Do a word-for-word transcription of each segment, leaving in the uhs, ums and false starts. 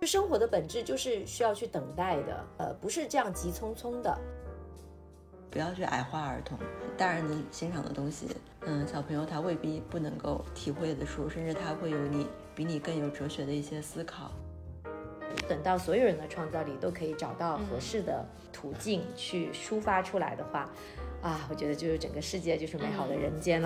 生活的本质就是需要去等待的，呃，不是这样急匆匆的。 不要去矮化儿童，大人能欣赏的东西，嗯，小朋友他未必不能够体会得出，甚至他会有你比你更有哲学的一些思考。 等到所有人的创造力都可以找到合适的途径去抒发出来的话，嗯、啊，我觉得就是整个世界就是美好的人间了。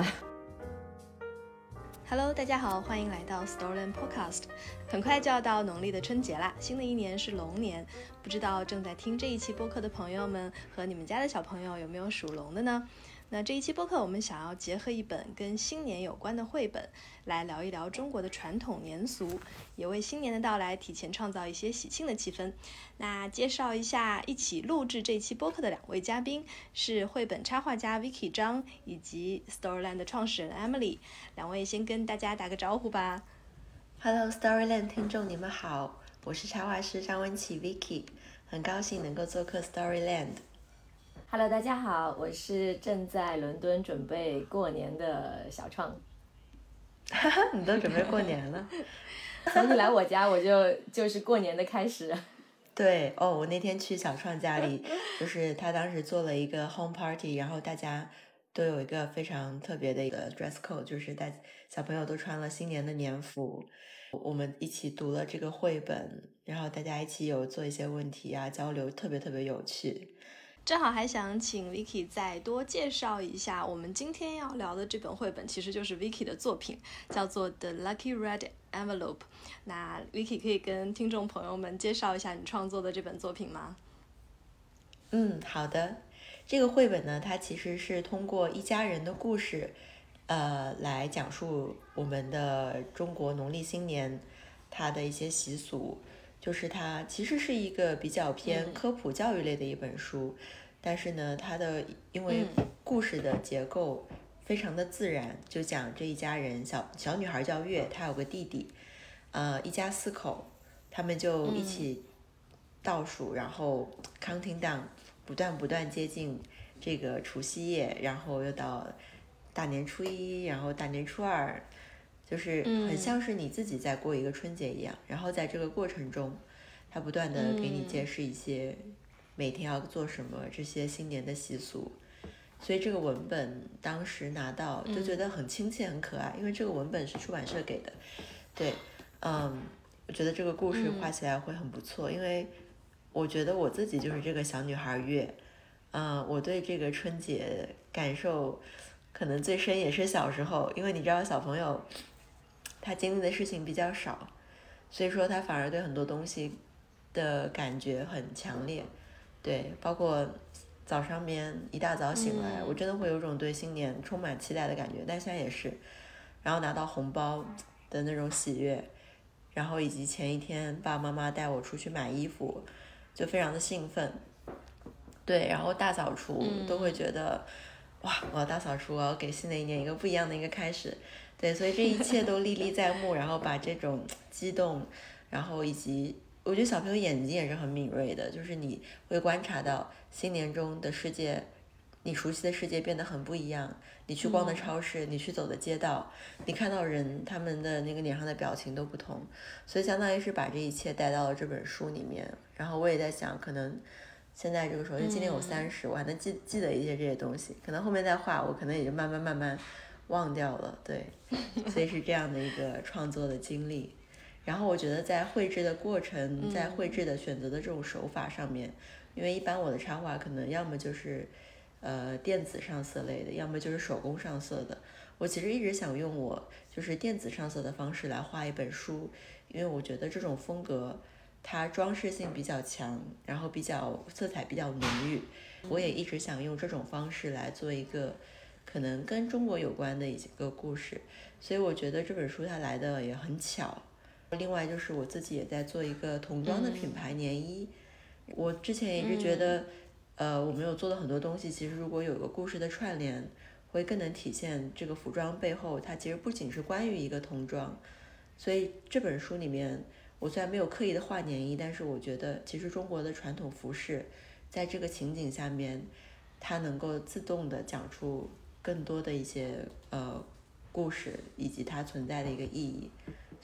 Hello， 大家好，欢迎来到 Storyland Podcast。很快就要到农历的春节啦，新的一年是龙年，不知道正在听这一期播客的朋友们和你们家的小朋友有没有属龙的呢？那这一期播客我们想要结合一本跟新年有关的绘本，来聊一聊中国的传统年俗，也为新年的到来提前创造一些喜庆的气氛。那介绍一下一起录制这期播客的两位嘉宾，是绘本插画家 Vicky 张以及 Storyland 的创始人 Emily。两位先跟大家打个招呼吧。 Hello Storyland 听众你们好，我是插画师张文琪 Vicky， 很高兴能够做客 Storyland。Hello， 大家好，我是正在伦敦准备过年的小创。 你都准备过年了？ 从你来我家，我就就是过年的开始。 对哦，我那天去小创家里，就是他当时做了一个 home party， 然后大家都有一个非常特别的一个 dress code， 就是大小朋友都穿了新年的年服。我们一起读了这个绘本，然后大家一起有做一些问题啊交流，特别特别有趣。 正好还想请 Vicky 再多介绍一下我们今天要聊的这本绘本，其实就是 Vicky 的作品，叫做 The Lucky Red Envelope。 那 Vicky 可以跟听众朋友们介绍一下你创作的这本作品吗？ 嗯，好的。这个绘本呢，它其实是通过一家人的故事呃，来讲述我们的中国农历新年它的一些习俗，就是它其实是一个比较偏科普教育类的一本书，嗯、但是呢，它的因为故事的结构非常的自然，就讲这一家人，小小女孩叫月，她有个弟弟，呃，一家四口，他们就一起倒数，嗯、然后 counting down， 不断不断接近这个除夕夜，然后又到大年初一，然后大年初二，就是很像是你自己在过一个春节一样，嗯、然后在这个过程中他不断的给你揭示一些每天要做什么，这些新年的习俗。所以这个文本当时拿到就觉得很亲切很可爱，因为这个文本是出版社给的。对，嗯，我觉得这个故事画起来会很不错，因为我觉得我自己就是这个小女孩月，嗯，我对这个春节感受可能最深也是小时候，因为你知道小朋友他经历的事情比较少，所以说他反而对很多东西的感觉很强烈。对，包括早上面一大早醒来，嗯、我真的会有种对新年充满期待的感觉，但现在也是。然后拿到红包的那种喜悦，然后以及前一天爸爸妈妈带我出去买衣服，就非常的兴奋。对，然后大扫除都会觉得，嗯、哇，我要大扫除，我要给新的一年一个不一样的一个开始。对，所以这一切都历历在目，然后把这种激动，然后以及我觉得小朋友眼睛也是很敏锐的，就是你会观察到新年中的世界，你熟悉的世界变得很不一样。你去逛的超市，嗯、你去走的街道，你看到人他们的那个脸上的表情都不同，所以相当于是把这一切带到了这本书里面。然后我也在想，可能现在这个时候，就今年我三十，我还能记记得一些这些东西，可能后面再画，我可能也就慢慢慢慢忘掉了。对，所以是这样的一个创作的经历。然后我觉得在绘制的过程，在绘制的选择的这种手法上面，因为一般我的插画可能要么就是呃电子上色类的，要么就是手工上色的。我其实一直想用我就是电子上色的方式来画一本书，因为我觉得这种风格它装饰性比较强，然后比较色彩比较浓郁。我也一直想用这种方式来做一个可能跟中国有关的一个故事，所以我觉得这本书它来的也很巧。另外就是我自己也在做一个童装的品牌年衣，嗯、我之前也一直觉得，嗯、呃，我们有做的很多东西，其实如果有个故事的串联，会更能体现这个服装背后，它其实不仅是关于一个童装。所以这本书里面，我虽然没有刻意的画年衣，但是我觉得其实中国的传统服饰，在这个情景下面，它能够自动的讲出更多的一些呃故事，以及它存在的一个意义。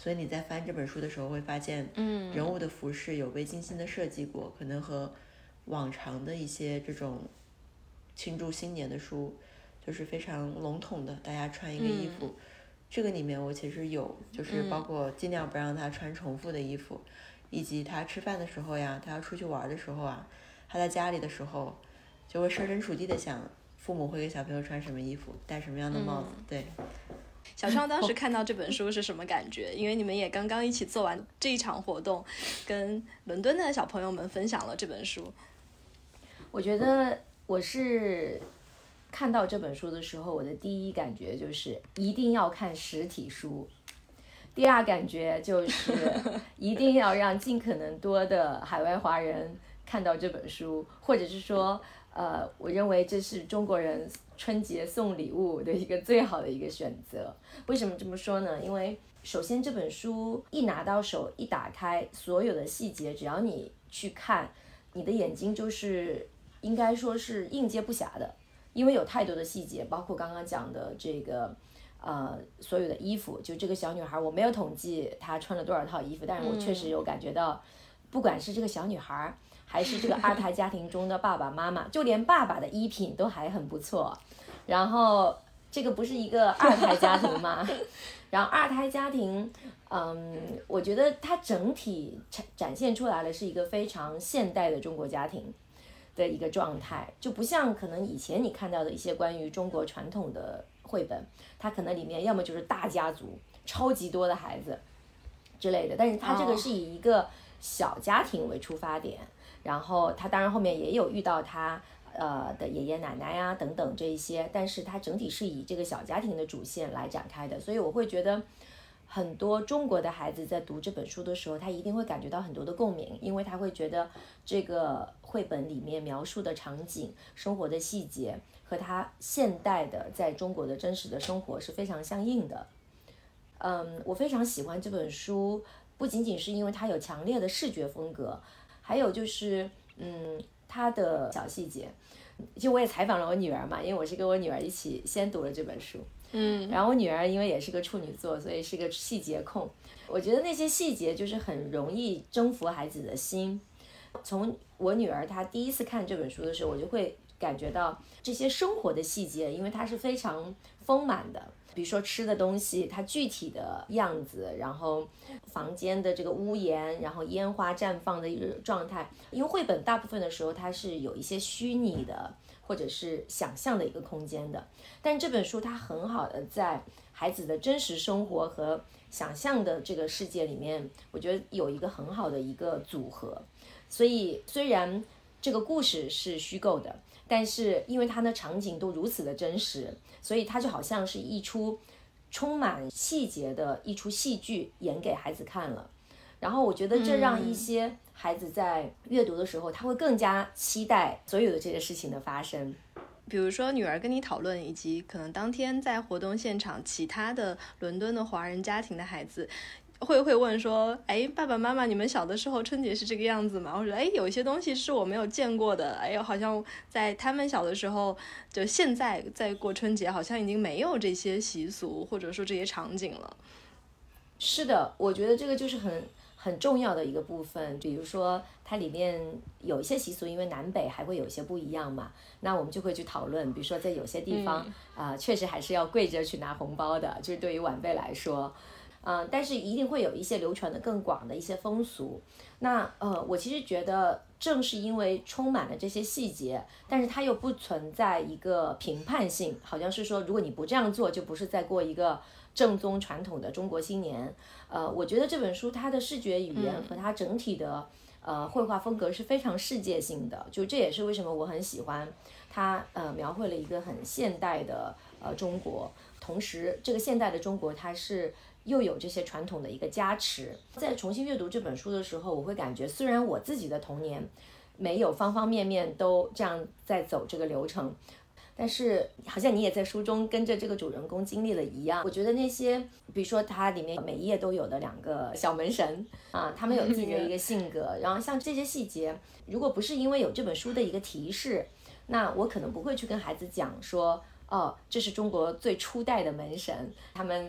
所以你在翻这本书的时候会发现， 嗯， 人物的服饰有被精心的设计过，可能和往常的一些这种庆祝新年的书就是非常笼统的，大家穿一个衣服。嗯，这个里面我其实有，就是包括尽量不让他穿重复的衣服，嗯，以及他吃饭的时候呀，他要出去玩的时候啊，他在家里的时候，就会设身处地的想，父母会给小朋友穿什么衣服，戴什么样的帽子。嗯，对。 小创当时看到这本书是什么感觉？因为你们也刚刚一起做完这一场活动，跟伦敦的小朋友们分享了这本书。 我觉得我是看到这本书的时候，我的第一感觉就是一定要看实体书，第二感觉就是一定要让尽可能多的海外华人看到这本书，或者是说呃，我认为这是中国人春节送礼物的一个最好的一个选择。为什么这么说呢？因为首先这本书一拿到手一打开，所有的细节只要你去看，你的眼睛就是应该说是应接不暇的，因为有太多的细节，包括刚刚讲的这个呃所有的衣服，就这个小女孩我没有统计她穿了多少套衣服，但是我确实有感觉到，不管是这个小女孩还是这个二胎家庭中的爸爸妈妈，就连爸爸的衣品都还很不错。然后这个不是一个二胎家庭吗？然后二胎家庭，嗯，我觉得它整体展展现出来的是一个非常现代的中国家庭的一个状态，就不像可能以前你看到的一些关于中国传统的绘本，它可能里面要么就是大家族、超级多的孩子之类的，但是它这个是以一个小家庭为出发点，然后他当然后面也有遇到他呃的爷爷奶奶啊等等这一些，但是它整体是以这个小家庭的主线来展开的，所以我会觉得很多中国的孩子在读这本书的时候，他一定会感觉到很多的共鸣，因为他会觉得这个绘本里面描述的场景、生活的细节和他现代的在中国的真实的生活是非常相应的。嗯，我非常喜欢这本书，不仅仅是因为它有强烈的视觉风格，还有就是嗯它的小细节。其实我也采访了我女儿嘛，因为我是跟我女儿一起先读了这本书， 嗯， 然后我女儿因为也是个处女座，所以是个细节控。我觉得那些细节就是很容易征服孩子的心。从我女儿她第一次看这本书的时候，我就会感觉到这些生活的细节，因为它是非常丰满的。比如说吃的东西，它具体的样子，然后房间的这个屋檐，然后烟花绽放的一个状态。因为绘本大部分的时候它是有一些虚拟的或者是想象的一个空间的，但这本书它很好的在孩子的真实生活和想象的这个世界里面，我觉得有一个很好的一个组合。所以虽然这个故事是虚构的，但是因为它的场景都如此的真实，所以它就好像是一出充满细节的一出戏剧演给孩子看了。然后我觉得这让一些孩子在阅读的时候，他会更加期待所有的这些事情的发生。 比如说女儿跟你讨论，以及可能当天在活动现场其他的伦敦的华人家庭的孩子会会问说，哎，爸爸妈妈，你们小的时候春节是这个样子吗？或者哎，有一些东西是我没有见过的，哎，好像在他们小的时候，就现在在过春节，好像已经没有这些习俗或者说这些场景了。 是的，我觉得这个就是很很重要的一个部分。比如说它里面有一些习俗，因为南北还会有一些不一样嘛，那我们就会去讨论。比如说在有些地方啊、嗯呃，确实还是要跪着去拿红包的，就是对于晚辈来说。嗯、呃，但是一定会有一些流传的更广的一些风俗。那呃，我其实觉得正是因为充满了这些细节，但是它又不存在一个评判性，好像是说如果你不这样做，就不是在过一个正宗传统的中国新年。呃，我觉得这本书它的视觉语言和它整体的、嗯、呃绘画风格是非常世界性的，就这也是为什么我很喜欢它。呃，描绘了一个很现代的呃中国，同时这个现代的中国它是又有这些传统的一个加持。在重新阅读这本书的时候，我会感觉虽然我自己的童年没有方方面面都这样在走这个流程，但是好像你也在书中跟着这个主人公经历了一样。我觉得那些比如说它里面每一页都有的两个小门神啊，他们有自己的一个性格然后像这些细节，如果不是因为有这本书的一个提示，那我可能不会去跟孩子讲说，哦，这是中国最初代的门神，他们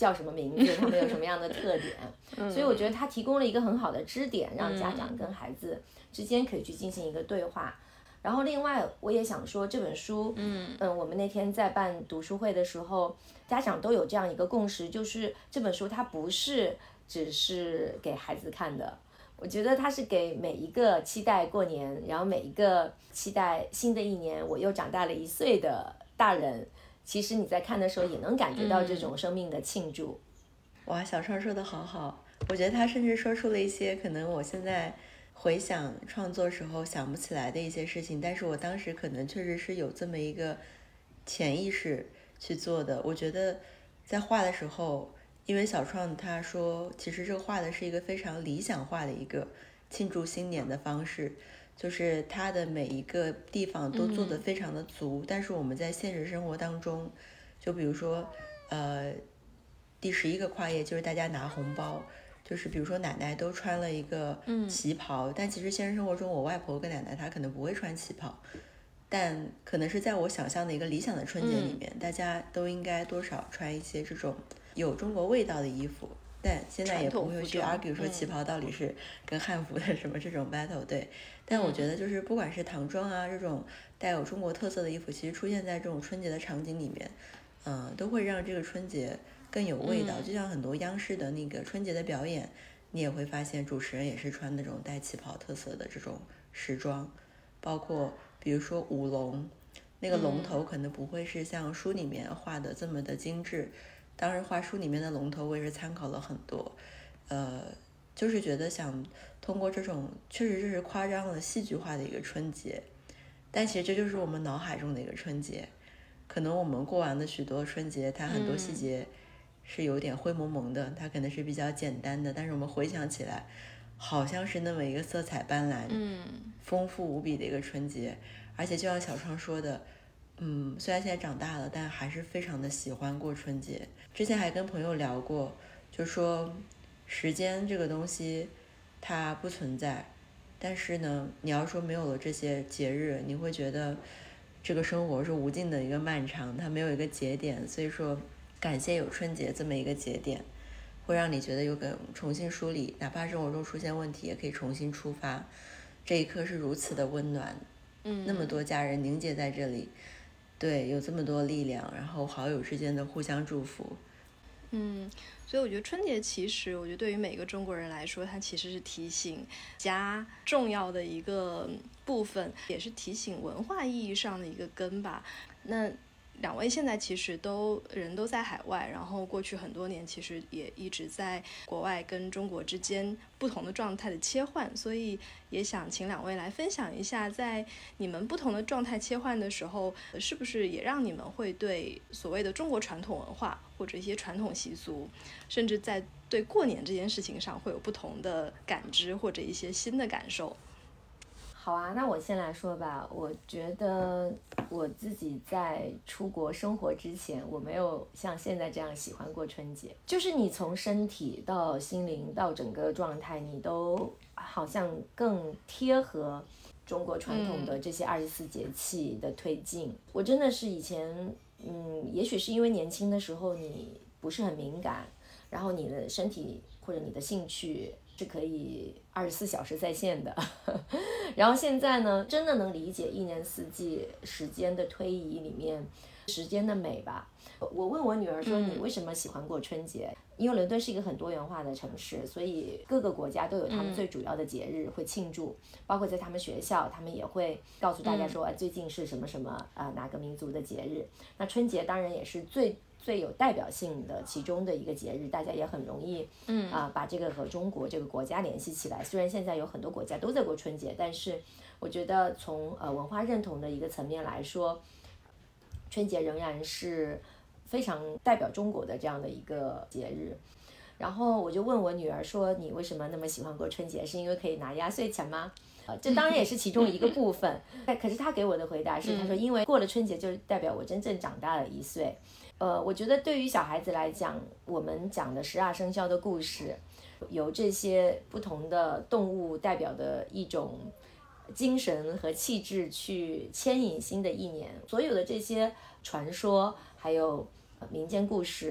叫什么名字，他们有什么样的特点。所以我觉得它提供了一个很好的支点，让家长跟孩子之间可以去进行一个对话。然后另外我也想说，这本书，嗯嗯，我们那天在办读书会的时候，家长都有这样一个共识，就是这本书它不是只是给孩子看的，我觉得它是给每一个期待过年，然后每一个期待新的一年我又长大了一岁的大人，其实你在看的时候也能感觉到这种生命的庆祝。 哇，小创说的好好，我觉得他甚至说出了一些可能我现在回想创作时候想不起来的一些事情，但是我当时可能确实是有这么一个潜意识去做的。我觉得在画的时候，因为小创他说其实这个画的是一个非常理想化的一个庆祝新年的方式，就是他的每一个地方都做得非常的足、嗯、但是我们在现实生活当中，就比如说呃第十一个跨页就是大家拿红包，就是比如说奶奶都穿了一个旗袍、嗯、但其实现实生活中我外婆跟奶奶她可能不会穿旗袍，但可能是在我想象的一个理想的春节里面、嗯、大家都应该多少穿一些这种有中国味道的衣服，但现在也不会去 argue 说旗袍到底是跟汉服的什么这种 battle、嗯、对，但我觉得就是不管是唐装啊这种带有中国特色的衣服，其实出现在这种春节的场景里面，嗯、呃，都会让这个春节更有味道、嗯、就像很多央视的那个春节的表演，你也会发现主持人也是穿那种带旗袍特色的这种时装，包括比如说舞龙，那个龙头可能不会是像书里面画的这么的精致、嗯、当时画书里面的龙头我也是参考了很多，呃，就是觉得想通过这种确实就是夸张了戏剧化的一个春节，但其实这就是我们脑海中的一个春节，可能我们过完的许多春节它很多细节是有点灰蒙蒙的，它可能是比较简单的，但是我们回想起来好像是那么一个色彩斑斓、嗯，丰富无比的一个春节。而且就像小创说的，嗯，虽然现在长大了，但还是非常的喜欢过春节。之前还跟朋友聊过，就说时间这个东西它不存在，但是呢，你要说没有了这些节日，你会觉得这个生活是无尽的一个漫长，它没有一个节点，所以说感谢有春节这么一个节点，会让你觉得有个重新梳理，哪怕生活中出现问题也可以重新出发，这一刻是如此的温暖，嗯，那么多家人凝结在这里，对，有这么多力量，然后好友之间的互相祝福。 嗯，所以我觉得春节其实我觉得对于每个中国人来说，它其实是提醒家重要的一个部分，也是提醒文化意义上的一个根吧。那两位现在其实都人都在海外，然后过去很多年其实也一直在国外跟中国之间不同的状态的切换，所以也想请两位来分享一下，在你们不同的状态切换的时候，是不是也让你们会对所谓的中国传统文化或者一些传统习俗，甚至在对过年这件事情上会有不同的感知或者一些新的感受？ 好啊，那我先来说吧。我觉得我自己在出国生活之前，我没有像现在这样喜欢过春节。就是你从身体到心灵到整个状态，你都好像更贴合中国传统的这些二十四节气的推进。嗯、我真的是以前，嗯，也许是因为年轻的时候你不是很敏感，然后你的身体或者你的兴趣是可以二十四小时在线的然后现在呢，真的能理解一年四季时间的推移里面时间的美吧。我问我女儿说，你为什么喜欢过春节？嗯、因为伦敦是一个很多元化的城市，所以各个国家都有他们最主要的节日会庆祝，嗯、包括在他们学校，他们也会告诉大家说，嗯、最近是什么什么啊、呃、哪个民族的节日。那春节当然也是最最有代表性的其中的一个节日，大家也很容易嗯啊、呃、把这个和中国这个国家联系起来。虽然现在有很多国家都在过春节，但是我觉得从呃文化认同的一个层面来说，春节仍然是非常代表中国的这样的一个节日。然后我就问我女儿说，你为什么那么喜欢过春节？是因为可以拿压岁钱吗？呃，这当然也是其中一个部分。可是她给我的回答是，她说因为过了春节就代表我真正长大了一岁。呃，我觉得对于小孩子来讲，我们讲的十二生肖的故事，由这些不同的动物代表的一种精神和气质去牵引新的一年。所有的这些传说，还有民间故事，还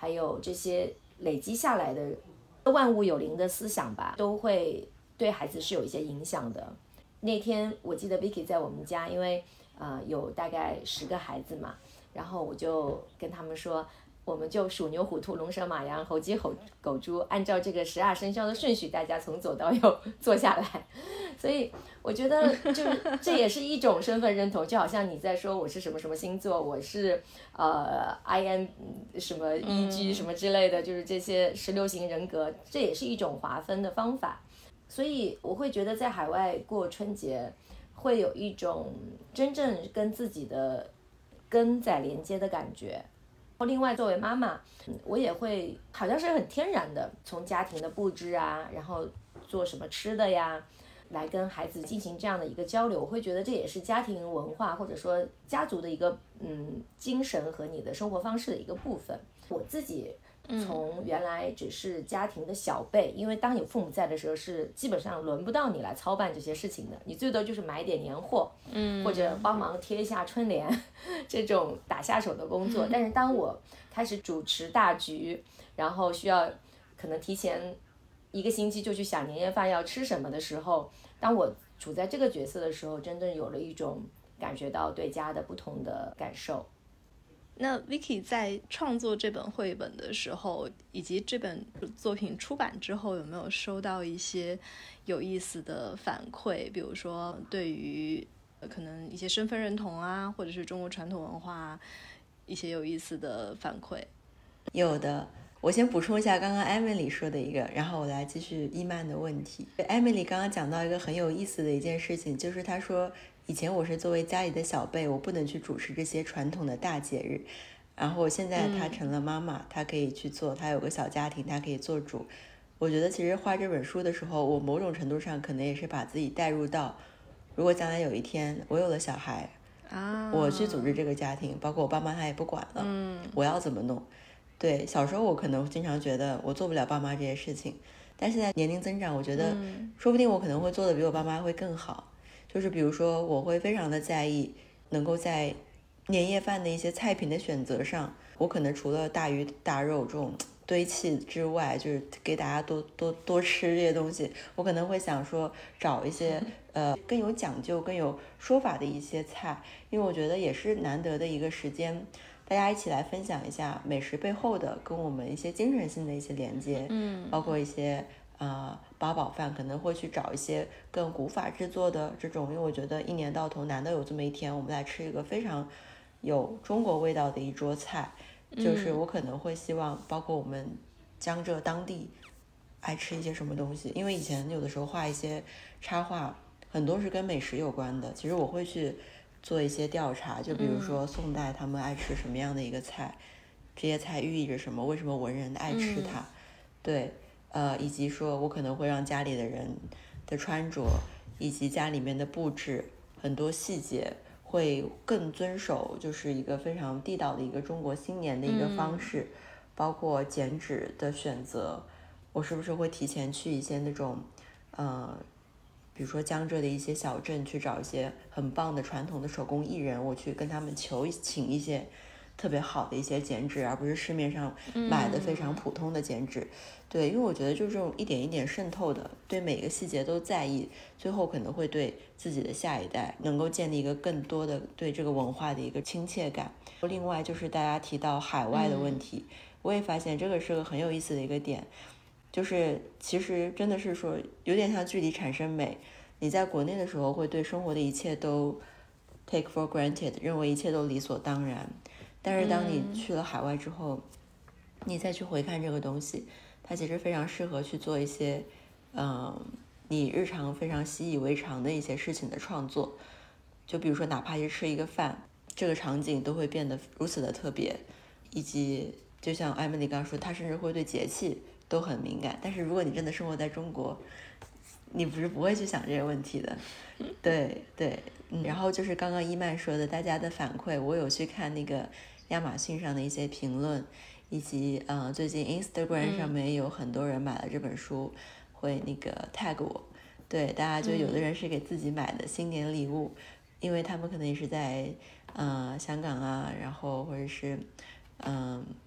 还有这些累积下来的万物有灵的思想吧，都会对孩子是有一些影响的。那天我记得 Vicky 在我们家，因为呃有大概十个孩子嘛，然后我就跟他们说，我们就鼠牛虎兔龙蛇马羊猴鸡猴狗猪，按照这个十二生肖的顺序，大家从左到右坐下来。所以我觉得就是这也是一种身份认同，就好像你在说我是什么什么星座，我是呃 I N 什么 E G 什么之类的，就是这些十六型人格，这也是一种划分的方法。所以我会觉得在海外过春节会有一种真正跟自己的根在连接的感觉。另外作为妈妈，我也会好像是很天然的从家庭的布置啊，然后做什么吃的呀，来跟孩子进行这样的一个交流。我会觉得这也是家庭文化或者说家族的一个嗯精神和你的生活方式的一个部分。我自己从原来只是家庭的小辈，因为当你父母在的时候是基本上轮不到你来操办这些事情的，你最多就是买点年货，嗯，或者帮忙贴一下春联这种打下手的工作。但是当我开始主持大局，然后需要可能提前一个星期就去想年夜饭要吃什么的时候，当我处在这个角色的时候，真正有了一种感觉到对家的不同的感受。 那 Vicky 在创作这本绘本的时候，以及这本作品出版之后，有没有收到一些有意思的反馈？比如说对于可能一些身份认同啊，或者是中国传统文化一些有意思的反馈？ 有的，我先补充一下刚刚 Emily 说的一个，然后我来继续伊曼的问题。Emily 刚刚讲到一个很有意思的一件事情，就是她说以前我是作为家里的小辈，我不能去主持这些传统的大节日，然后现在她成了妈妈，她可以去做，她有个小家庭，她可以做主。我觉得其实画这本书的时候，我某种程度上可能也是把自己带入到，如果将来有一天我有了小孩啊，我去组织这个家庭，包括我爸妈他也不管了，嗯，我要怎么弄？对，小时候我可能经常觉得我做不了爸妈这些事情，但现在年龄增长，我觉得说不定我可能会做的比我爸妈会更好。就是比如说我会非常的在意能够在年夜饭的一些菜品的选择上，我可能除了大鱼大肉这种堆砌之外，就是给大家多多多吃这些东西，我可能会想说找一些呃更有讲究更有说法的一些菜，因为我觉得也是难得的一个时间，大家一起来分享一下美食背后的跟我们一些精神性的一些连接，嗯，包括一些呃八宝饭可能会去找一些更古法制作的这种，因为我觉得一年到头难得有这么一天，我们来吃一个非常有中国味道的一桌菜，就是我可能会希望包括我们江浙当地爱吃一些什么东西，因为以前有的时候画一些插画很多是跟美食有关的，其实我会去做一些调查，就比如说宋代他们爱吃什么样的一个菜，这些菜寓意着什么，为什么文人爱吃它，对，呃，以及说我可能会让家里的人的穿着以及家里面的布置很多细节会更遵守就是一个非常地道的一个中国新年的一个方式，嗯，包括剪纸的选择，我是不是会提前去一些那种呃比如说江浙的一些小镇去找一些很棒的传统的手工艺人，我去跟他们求请一些特别好的一些剪纸，而不是市面上买的非常普通的剪纸，嗯，对，因为我觉得就这种一点一点渗透的，对每个细节都在意，最后可能会对自己的下一代能够建立一个更多的对这个文化的一个亲切感。另外就是大家提到海外的问题，嗯，我也发现这个是个很有意思的一个点，就是其实真的是说有点像距离产生美，你在国内的时候会对生活的一切都 take for granted， 认为一切都理所当然，但是当你去了海外之后，嗯，你再去回看这个东西，它其实非常适合去做一些嗯，你日常非常习以为常的一些事情的创作，就比如说哪怕是吃一个饭，这个场景都会变得如此的特别，以及就像艾米丽刚说，她甚至会对节气都很敏感，但是如果你真的生活在中国，你不是不会去想这个问题的，对对，嗯，然后就是刚刚伊曼说的大家的反馈，我有去看那个亚马逊上的一些评论，以及呃最近 Instagram 上面有很多人买了这本书，嗯，会那个 tag 我，对，大家就有的人是给自己买的新年礼物，嗯，因为他们可能也是在呃香港啊，然后或者是嗯、呃、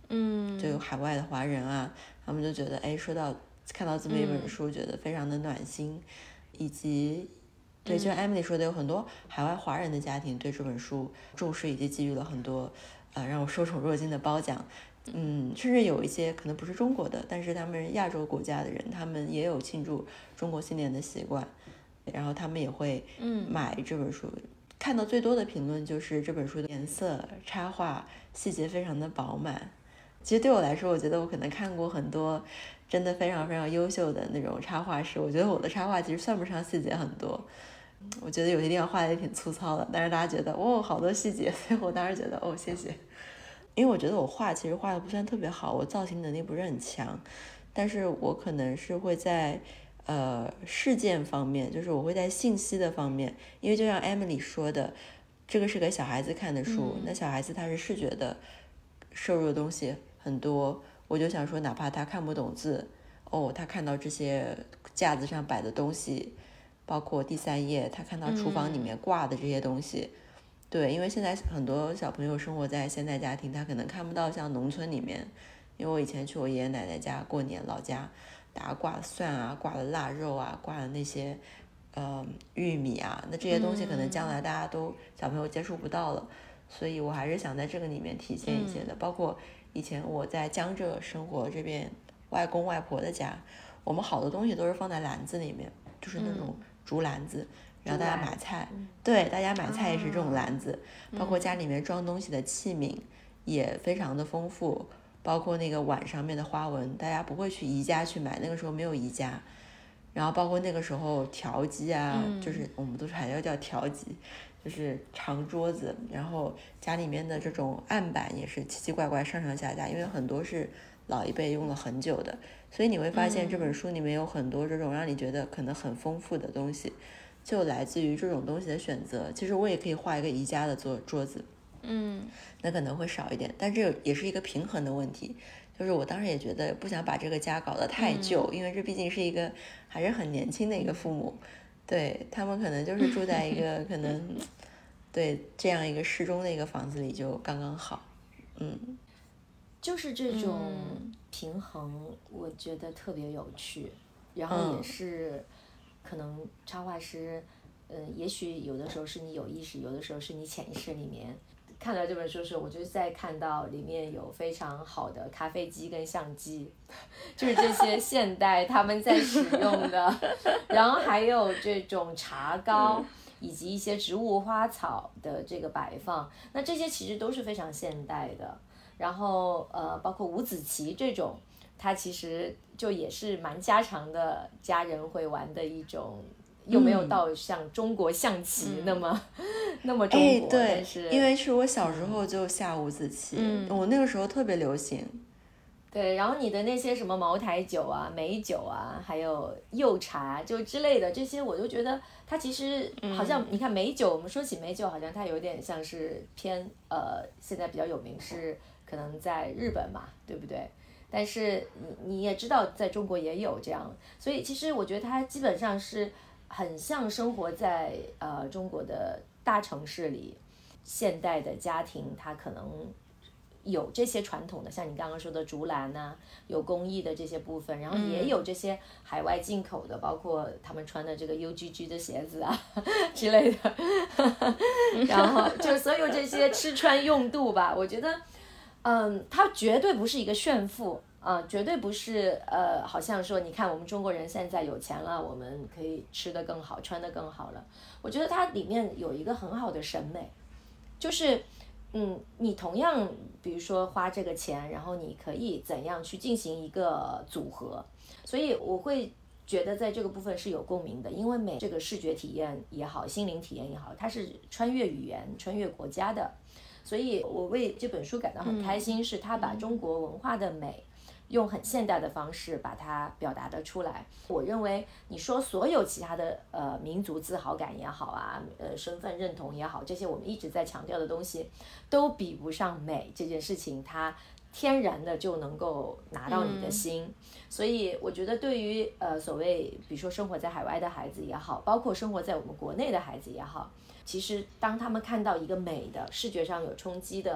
嗯， 就有海外的华人啊，他们就觉得哎，说到看到这么一本书，觉得非常的暖心，以及对，就像 Emily 说的，有很多海外华人的家庭对这本书重视，以及给予了很多呃让我受宠若惊的褒奖。嗯，甚至有一些可能不是中国的，但是他们亚洲国家的人，他们也有庆祝中国新年的习惯，然后他们也会买这本书。嗯、看到最多的评论就是这本书的颜色、插画细节非常的饱满。其实对我来说，我觉得我可能看过很多真的非常非常优秀的那种插画师，我觉得我的插画其实算不上细节很多，我觉得有些地方画的也挺粗糙的，但是大家觉得哦好多细节，所以我当时觉得哦谢谢。因为我觉得我画其实画的不算特别好，我造型能力不是很强，但是我可能是会在呃事件方面，就是我会在信息的方面，因为就像 Emily 说的，这个是给小孩子看的书，嗯、那小孩子他是视觉的摄入的东西很多，我就想说哪怕他看不懂字，哦他看到这些架子上摆的东西，包括第三页他看到厨房里面挂的这些东西、嗯、对，因为现在很多小朋友生活在现代家庭，他可能看不到像农村里面，因为我以前去我爷爷奶奶家过年，老家大家挂的蒜啊，挂的腊肉啊，挂的那些呃玉米啊，那这些东西可能将来大家都、嗯、小朋友接触不到了，所以我还是想在这个里面体现一些的、嗯、包括以前我在江浙生活这边外公外婆的家，我们好多东西都是放在篮子里面，就是那种竹篮子、嗯，然后大家买菜、嗯、对，大家买菜也是这种篮子、啊、包括家里面装东西的器皿也非常的丰富、嗯、包括那个碗上面的花纹，大家不会去宜家去买，那个时候没有宜家，然后包括那个时候调机啊、嗯、就是我们都还要叫调机，就是长桌子，然后家里面的这种案板也是奇奇怪怪上上下下，因为很多是老一辈用了很久的，所以你会发现这本书里面有很多这种让你觉得可能很丰富的东西，就来自于这种东西的选择。其实我也可以画一个宜家的桌桌子， 嗯， 那可能会少一点，但这也是一个平衡的问题。就是我当时也觉得不想把这个家搞得太旧、嗯、因为这毕竟是一个还是很年轻的一个父母，对，他们可能就是住在一个可能对这样一个适中的一个房子里就刚刚好。嗯， 就是这种平衡我觉得特别有趣，然后也是可能插画师呃，也许有的时候是你有意识，有的时候是你潜意识里面看到这本书的时候，我就在看到里面有非常好的咖啡机跟相机，就是这些现代他们在使用的然后还有这种茶膏以及一些植物花草的这个摆放，那这些其实都是非常现代的。然后呃，包括五子棋这种，它其实就也是蛮家常的，家人会玩的一种，又没有到像中国象棋那么、嗯、那么中国、 哎、对， 但是因为是我小时候就下五子棋、嗯、我那个时候特别流行。 对，然后你的那些什么茅台酒啊、美酒啊，还有柚茶就之类的这些，我就觉得它其实好像、嗯、你看美酒，我们说起美酒，好像它有点像是偏呃，现在比较有名是可能在日本嘛，对不对？但是你你也知道，在中国也有这样，所以其实我觉得它基本上是很像生活在呃中国的大城市里，现代的家庭，它可能有这些传统的，像你刚刚说的竹篮啊，有工艺的这些部分，然后也有这些海外进口的，嗯、包括他们穿的这个 U G G 的鞋子啊之类的，然后就所有这些吃穿用度吧，我觉得，嗯，它绝对不是一个炫富啊、呃，绝对不是呃，好像说你看我们中国人现在有钱了，我们可以吃得更好，穿得更好了。我觉得它里面有一个很好的审美，就是。嗯，你同样比如说花这个钱，然后你可以怎样去进行一个组合，所以我会觉得在这个部分是有共鸣的，因为美这个视觉体验也好，心灵体验也好，它是穿越语言、穿越国家的，所以我为这本书感到很开心，是它把中国文化的美用很现代的方式把它表达得出来。我认为你说所有其他的呃民族自豪感也好啊，呃身份认同也好，这些我们一直在强调的东西，都比不上美这件事情，它天然的就能够拿到你的心。嗯、所以我觉得对于呃所谓比如说生活在海外的孩子也好，包括生活在我们国内的孩子也好，其实当他们看到一个美的视觉上有冲击的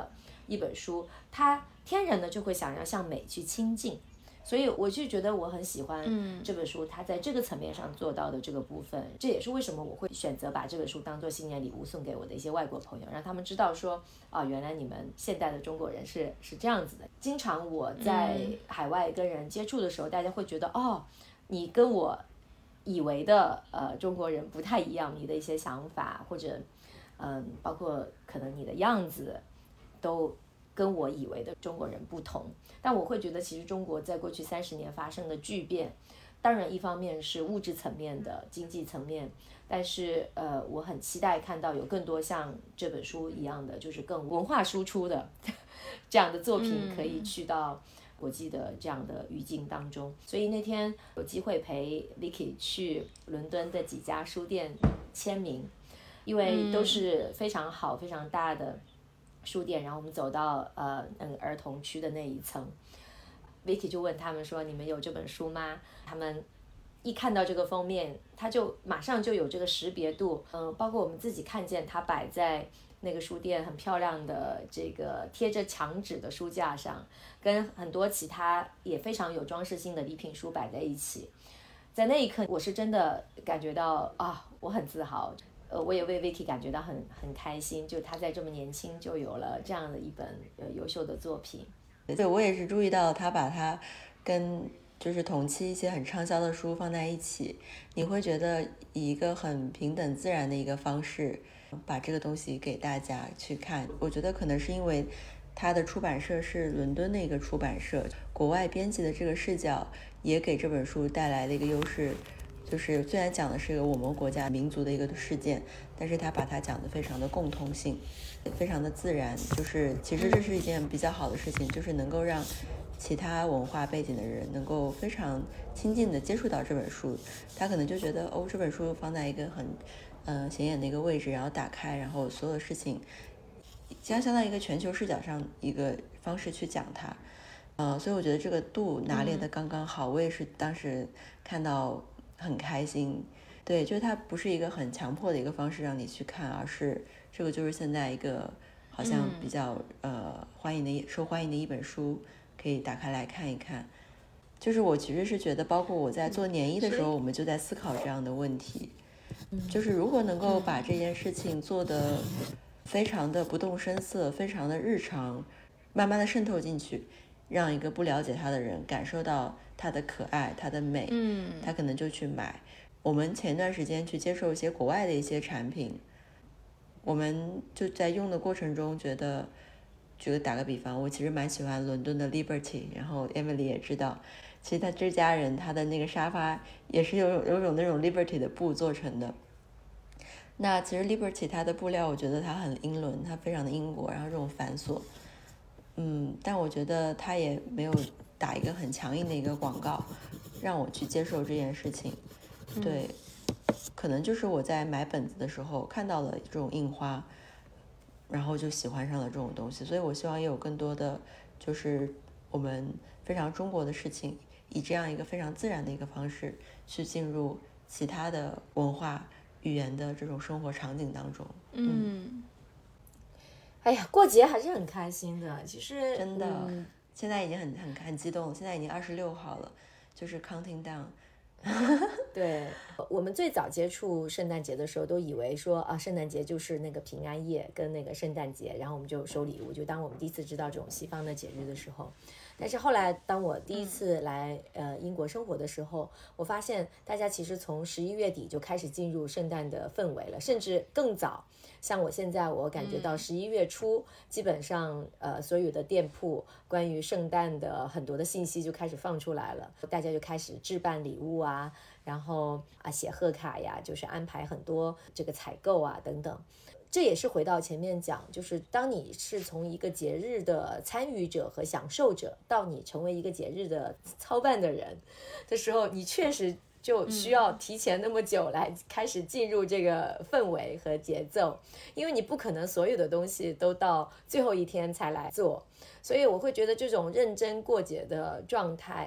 一本书，它天然的就会想要向美去亲近。所以我就觉得我很喜欢这本书，它在这个层面上做到的这个部分，这也是为什么我会选择把这本书当做新年礼物送给我的一些外国朋友，让他们知道说，啊，原来你们现代的中国人是是这样子的。经常我在海外跟人接触的时候，大家会觉得，哦，你跟我以为的呃中国人不太一样，你的一些想法或者嗯，包括可能你的样子都跟我以为的中国人不同。但我会觉得其实中国在过去三十年发生的巨变，当然一方面是物质层面的经济层面，但是呃我很期待看到有更多像这本书一样的就是更文化输出的这样的作品可以去到国际的这样的语境当中。所以那天有机会陪 Vicky 去伦敦的几家书店签名，因为都是非常好非常大的书店，然后我们走到呃嗯儿童区的那一层 ，Vicky 就问他们说：“你们有这本书吗？”他们一看到这个封面，他就马上就有这个识别度，嗯、呃，包括我们自己看见它摆在那个书店很漂亮的这个贴着墙纸的书架上，跟很多其他也非常有装饰性的礼品书摆在一起，在那一刻，我是真的感觉到啊，我很自豪。呃，我也为 Vicky 感觉到很很开心，就他在这么年轻就有了这样的一本呃优秀的作品。 对，我也是注意到他把它跟就是同期一些很畅销的书放在一起，你会觉得以一个很平等自然的一个方式把这个东西给大家去看。我觉得可能是因为他的出版社是伦敦的一个出版社，国外编辑的这个视角也给这本书带来了一个优势。就是虽然讲的是一个我们国家民族的一个事件，但是他把它讲得非常的共通性，非常的自然。就是其实这是一件比较好的事情，就是能够让其他文化背景的人能够非常亲近的接触到这本书。他可能就觉得哦，这本书放在一个很呃显眼的一个位置，然后打开，然后所有的事情相相当于一个全球视角上一个方式去讲它。呃，所以我觉得这个度拿捏的刚刚好。我也是当时看到很开心。对，就是它不是一个很强迫的一个方式让你去看，而是这个就是现在一个好像比较、嗯、呃欢迎的受欢迎的一本书，可以打开来看一看。就是我其实是觉得，包括我在做年艺的时候、嗯、我们就在思考这样的问题、嗯、就是如果能够把这件事情做得非常的不动声色，非常的日常，慢慢的渗透进去，让一个不了解它的人感受到它的可爱，它的美，嗯，他可能就去买。我们前段时间去接受一些国外的一些产品，我们就在用的过程中觉得，举个打个比方，我其实蛮喜欢伦敦的 Liberty， 然后 Emily 也知道，其实他这家人他的那个沙发也是有有种那种 Liberty 的布做成的。那其实 Liberty 它的布料我觉得它很英伦，它非常的英国，然后这种繁琐，嗯，但我觉得它也没有打一个很强硬的一个广告让我去接受这件事情。对，可能就是我在买本子的时候看到了这种印花，然后就喜欢上了这种东西。所以我希望也有更多的就是我们非常中国的事情，以这样一个非常自然的一个方式去进入其他的文化语言的这种生活场景当中。 嗯，嗯哎呀，过节还是很开心的，其实真的、嗯、现在已经很很很激动了，现在已经二十六号了，就是 counting down。 对，我们最早接触圣诞节的时候都以为说啊，圣诞节就是那个平安夜跟那个圣诞节，然后我们就收礼物，就当我们第一次知道这种西方的节日的时候。但是后来当我第一次来呃英国生活的时候，我发现大家其实从十一月底就开始进入圣诞的氛围了，甚至更早。像我现在我感觉到十一月初、嗯、基本上呃所有的店铺关于圣诞的很多的信息就开始放出来了，大家就开始置办礼物啊，然后啊写贺卡呀，就是安排很多这个采购啊等等。这也是回到前面讲，就是当你是从一个节日的参与者和享受者到你成为一个节日的操办的人的时候，你确实就需要提前那么久来开始进入这个氛围和节奏，因为你不可能所有的东西都到最后一天才来做。所以我会觉得这种认真过节的状态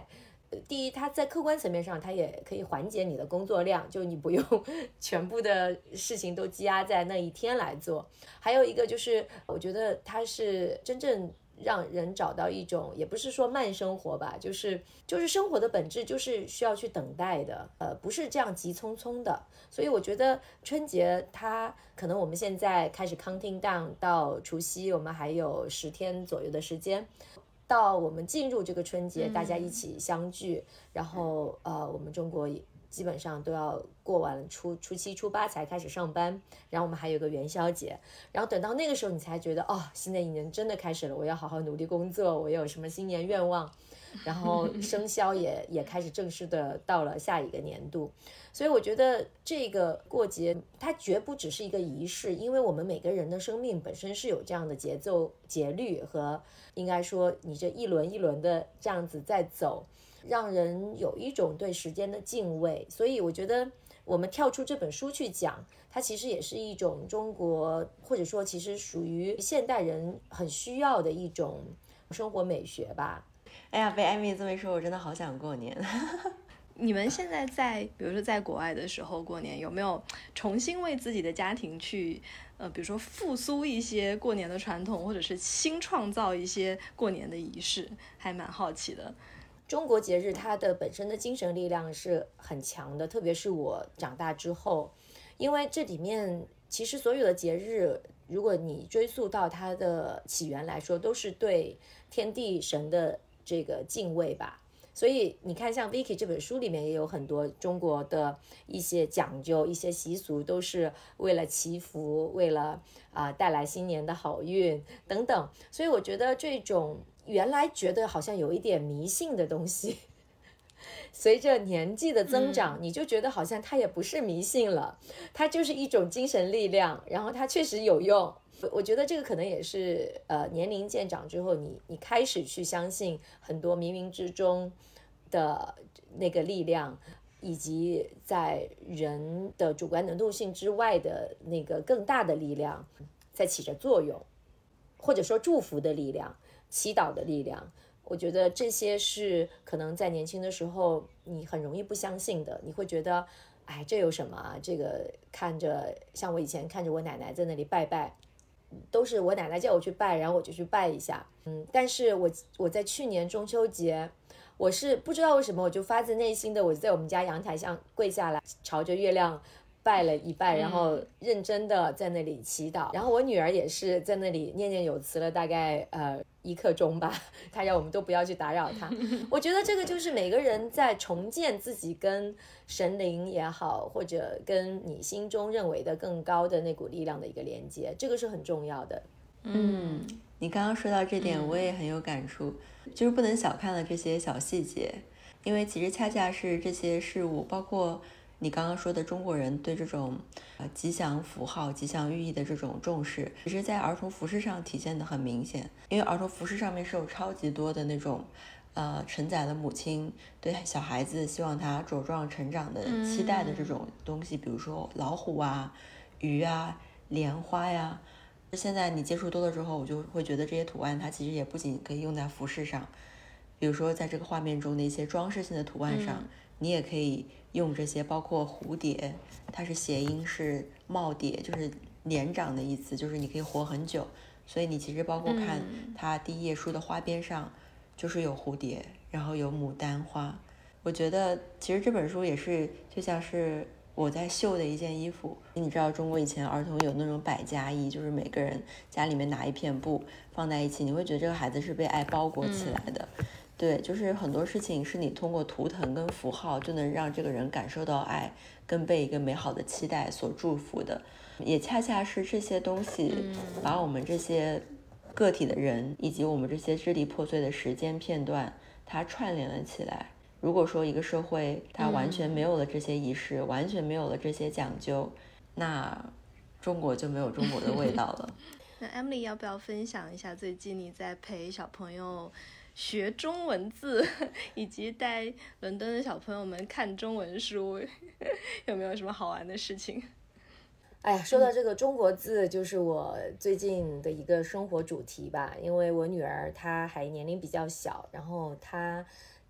第一，它在客观层面上，它也可以缓解你的工作量，就你不用全部的事情都积压在那一天来做。还有一个就是，我觉得它是真正让人找到一种，也不是说慢生活吧，就是就是生活的本质就是需要去等待的，呃，不是这样急匆匆的。所以我觉得春节它可能我们现在开始 counting down 到除夕，我们还有十天左右的时间。到我们进入这个春节，大家一起相聚，嗯、然后呃，我们中国基本上都要过完初初七、初八才开始上班，然后我们还有个元宵节，然后等到那个时候，你才觉得哦，新的一年真的开始了，我要好好努力工作，我有什么新年愿望，然后生肖也也开始正式的到了下一个年度。所以我觉得这个过节它绝不只是一个仪式，因为我们每个人的生命本身是有这样的节奏节律和应该说你这一轮一轮的这样子在走，让人有一种对时间的敬畏。所以我觉得我们跳出这本书去讲，它其实也是一种中国或者说其实属于现代人很需要的一种生活美学吧。 哎呀，被艾米这么一说，我真的好想过年。 你们现在在比如说在国外的时候过年，有没有重新为自己的家庭去呃，比如说复苏一些过年的传统，或者是新创造一些过年的仪式？还蛮好奇的。 中国节日它的本身的精神力量是很强的，特别是我长大之后，因为这里面其实所有的节日，如果你追溯到它的起源来说，都是对天地神的这个敬畏吧。所以你看像 Vicky 这本书里面也有很多中国的一些讲究，一些习俗都是为了祈福，为了啊、呃、带来新年的好运等等。所以我觉得这种原来觉得好像有一点迷信的东西，随着年纪的增长，你就觉得好像它也不是迷信了，它就是一种精神力量，然后它确实有用。我觉得这个可能也是呃年龄渐长之后，你你开始去相信很多冥冥之中的那个力量，以及在人的主观能动性之外的那个更大的力量在起着作用，或者说祝福的力量、祈祷的力量。我觉得这些是可能在年轻的时候你很容易不相信的，你会觉得哎这有什么啊，这个看着像我以前看着我奶奶在那里拜拜，都是我奶奶叫我去拜，然后我就去拜一下。嗯，但是我我在去年中秋节，我是不知道为什么，我就发自内心的，我在我们家阳台上跪下来，朝着月亮拜了一拜，然后认真的在那里祈祷。然后我女儿也是在那里念念有词了，大概呃一刻钟吧，她让我们都不要去打扰她。我觉得这个就是每个人在重建自己跟神灵也好，或者跟你心中认为的更高的那股力量的一个连接，这个是很重要的。 嗯，你刚刚说到这点，我也很有感触，嗯、就是不能小看了这些小细节，因为其实恰恰是这些事物，包括你刚刚说的中国人对这种呃吉祥符号、吉祥寓意的这种重视，其实在儿童服饰上体现的很明显，因为儿童服饰上面是有超级多的那种呃承载了母亲对小孩子希望他茁壮成长的期待的这种东西，嗯、比如说老虎啊、鱼啊、莲花呀。现在你接触多了之后，我就会觉得这些图案它其实也不仅可以用在服饰上，比如说在这个画面中的一些装饰性的图案上，嗯、你也可以用这些，包括蝴蝶，它是谐音是耄耋，就是年长的意思，就是你可以活很久，所以你其实包括看它第一页书的花边上就是有蝴蝶，然后有牡丹花。我觉得其实这本书也是就像是我在绣的一件衣服。你知道中国以前儿童有那种百家衣，就是每个人家里面拿一片布放在一起，你会觉得这个孩子是被爱包裹起来的。嗯、对，就是很多事情是你通过图腾跟符号就能让这个人感受到爱，跟被一个美好的期待所祝福的。也恰恰是这些东西把我们这些个体的人以及我们这些支离破碎的时间片段它串联了起来。如果说一个社会它完全没有了这些仪式，嗯、完全没有了这些讲究，那中国就没有中国的味道了。 那 Emily 要不要分享一下最近你在陪小朋友学中文字，以及带伦敦的小朋友们看中文书，有没有什么好玩的事情？ 哎呀，说到这个中国字，就是我最近的一个生活主题吧。因为我女儿她还年龄比较小，然后她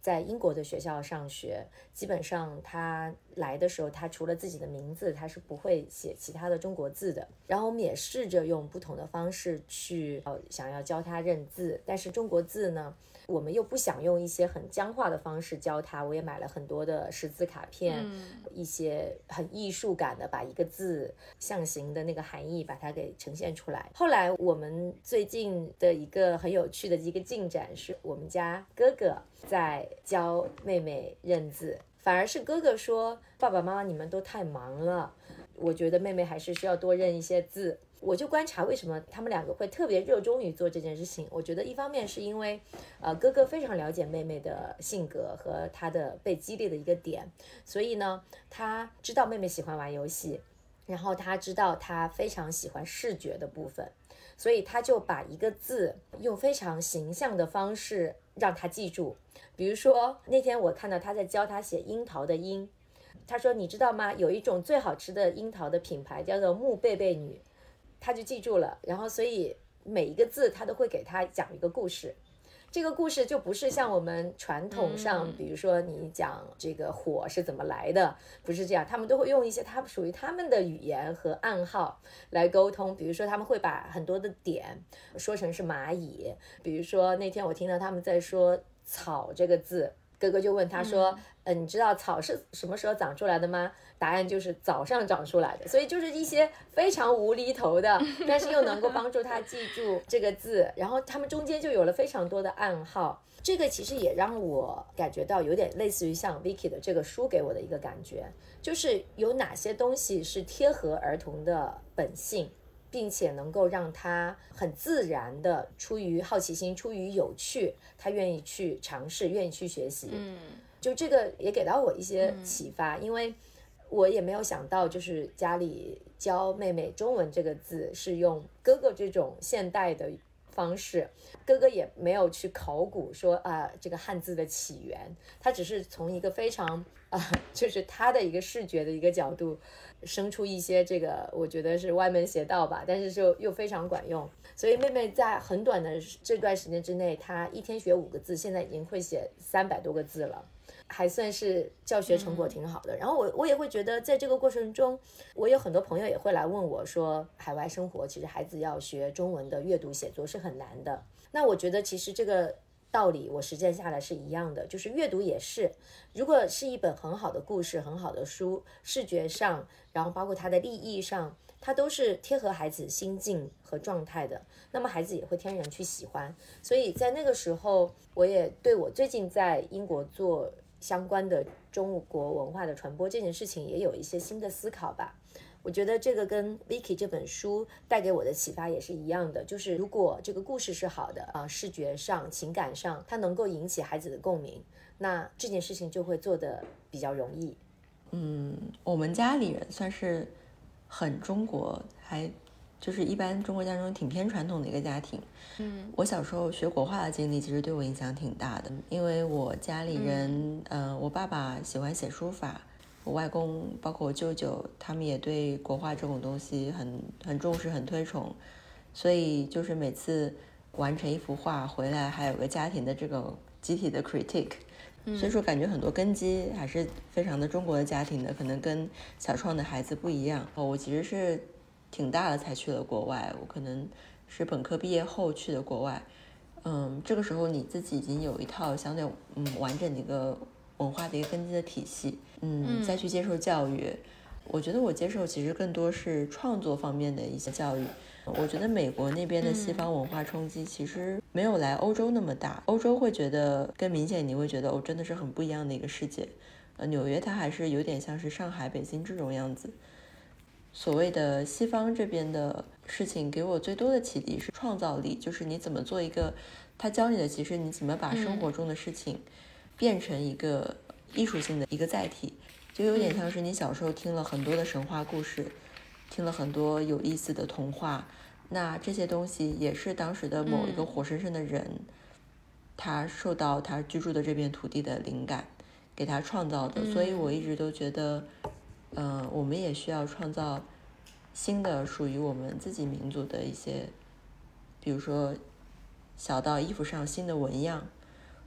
在英国的学校上学，基本上他来的时候，他除了自己的名字，他是不会写其他的中国字的。然后我们也试着用不同的方式去呃想要教他认字，但是中国字呢，我们又不想用一些很僵化的方式教他。我也买了很多的识字卡片， 嗯、 一些很艺术感的把一个字象形的那个含义把它给呈现出来。后来我们最近的一个很有趣的一个进展是，我们家哥哥在教妹妹认字，反而是哥哥说，爸爸妈妈你们都太忙了，我觉得妹妹还是需要多认一些字。我就观察为什么他们两个会特别热衷于做这件事情。我觉得一方面是因为呃，哥哥非常了解妹妹的性格和她的被激励的一个点，所以呢他知道妹妹喜欢玩游戏，然后他知道她非常喜欢视觉的部分，所以他就把一个字用非常形象的方式让她记住。比如说那天我看到他在教他写樱桃的樱，他说你知道吗，有一种最好吃的樱桃的品牌叫做木贝贝女，他就记住了。然后所以每一个字他都会给他讲一个故事，这个故事就不是像我们传统上、嗯、比如说你讲这个火是怎么来的，不是这样，他们都会用一些他们属于他们的语言和暗号来沟通。比如说他们会把很多的点说成是蚂蚁，比如说那天我听到他们在说草这个字，哥哥就问他说、嗯呃、你知道草是什么时候长出来的吗？答案就是早上长出来的。所以就是一些非常无厘头的，但是又能够帮助他记住这个字，然后他们中间就有了非常多的暗号。这个其实也让我感觉到有点类似于像 Vicky 的这个书给我的一个感觉，就是有哪些东西是贴合儿童的本性，并且能够让他很自然的出于好奇心，出于有趣，他愿意去尝试，愿意去学习。 嗯， 就这个也给到我一些启发、嗯、因为我也没有想到就是家里教妹妹中文这个字是用哥哥这种现代的方式，哥哥也没有去考古说啊、呃、这个汉字的起源，他只是从一个非常啊、呃、就是他的一个视觉的一个角度生出一些这个我觉得是歪门邪道吧，但是就又非常管用。所以妹妹在很短的这段时间之内，她一天学五个字，现在已经会写三百多个字了，还算是教学成果挺好的、嗯、然后我我也会觉得在这个过程中，我有很多朋友也会来问我说，海外生活其实孩子要学中文的阅读写作是很难的。那我觉得其实这个道理我实践下来是一样的，就是阅读也是，如果是一本很好的故事，很好的书，视觉上然后包括它的立意上，它都是贴合孩子心境和状态的，那么孩子也会天然去喜欢。所以在那个时候，我也对我最近在英国做相关的中国文化的传播这件事情也有一些新的思考吧。我觉得这个跟 Vicky 这本书带给我的启发也是一样的，就是如果这个故事是好的啊、呃，视觉上情感上它能够引起孩子的共鸣，那这件事情就会做得比较容易。 嗯，我们家里人算是很中国，还就是一般中国家中挺偏传统的一个家庭。 嗯， 我小时候学国画的经历其实对我影响挺大的，因为我家里人，嗯、呃，我爸爸喜欢写书法，我外公包括我舅舅，他们也对国画这种东西很很重视，很推崇，所以就是每次完成一幅画回来，还有个家庭的这个集体的 critique。所以说感觉很多根基还是非常的中国的家庭的，可能跟小创的孩子不一样。我其实是挺大了才去了国外，我可能是本科毕业后去的国外。嗯，这个时候你自己已经有一套相对嗯完整的一个文化的一个根基的体系，嗯，再去接受教育。我觉得我接受其实更多是创作方面的一些教育。我觉得美国那边的西方文化冲击其实没有来欧洲那么大，欧洲会觉得更明显，你会觉得哦，真的是很不一样的一个世界。呃，纽约它还是有点像是上海、北京这种样子。所谓的西方这边的事情给我最多的启迪是创造力，就是你怎么做一个，他教你的其实你怎么把生活中的事情变成一个艺术性的一个载体，就有点像是你小时候听了很多的神话故事，听了很多有意思的童话，那这些东西也是当时的某一个活生生的人、嗯、他受到他居住的这片土地的灵感给他创造的、嗯、所以我一直都觉得嗯、呃，我们也需要创造新的属于我们自己民族的一些，比如说小到衣服上新的纹样，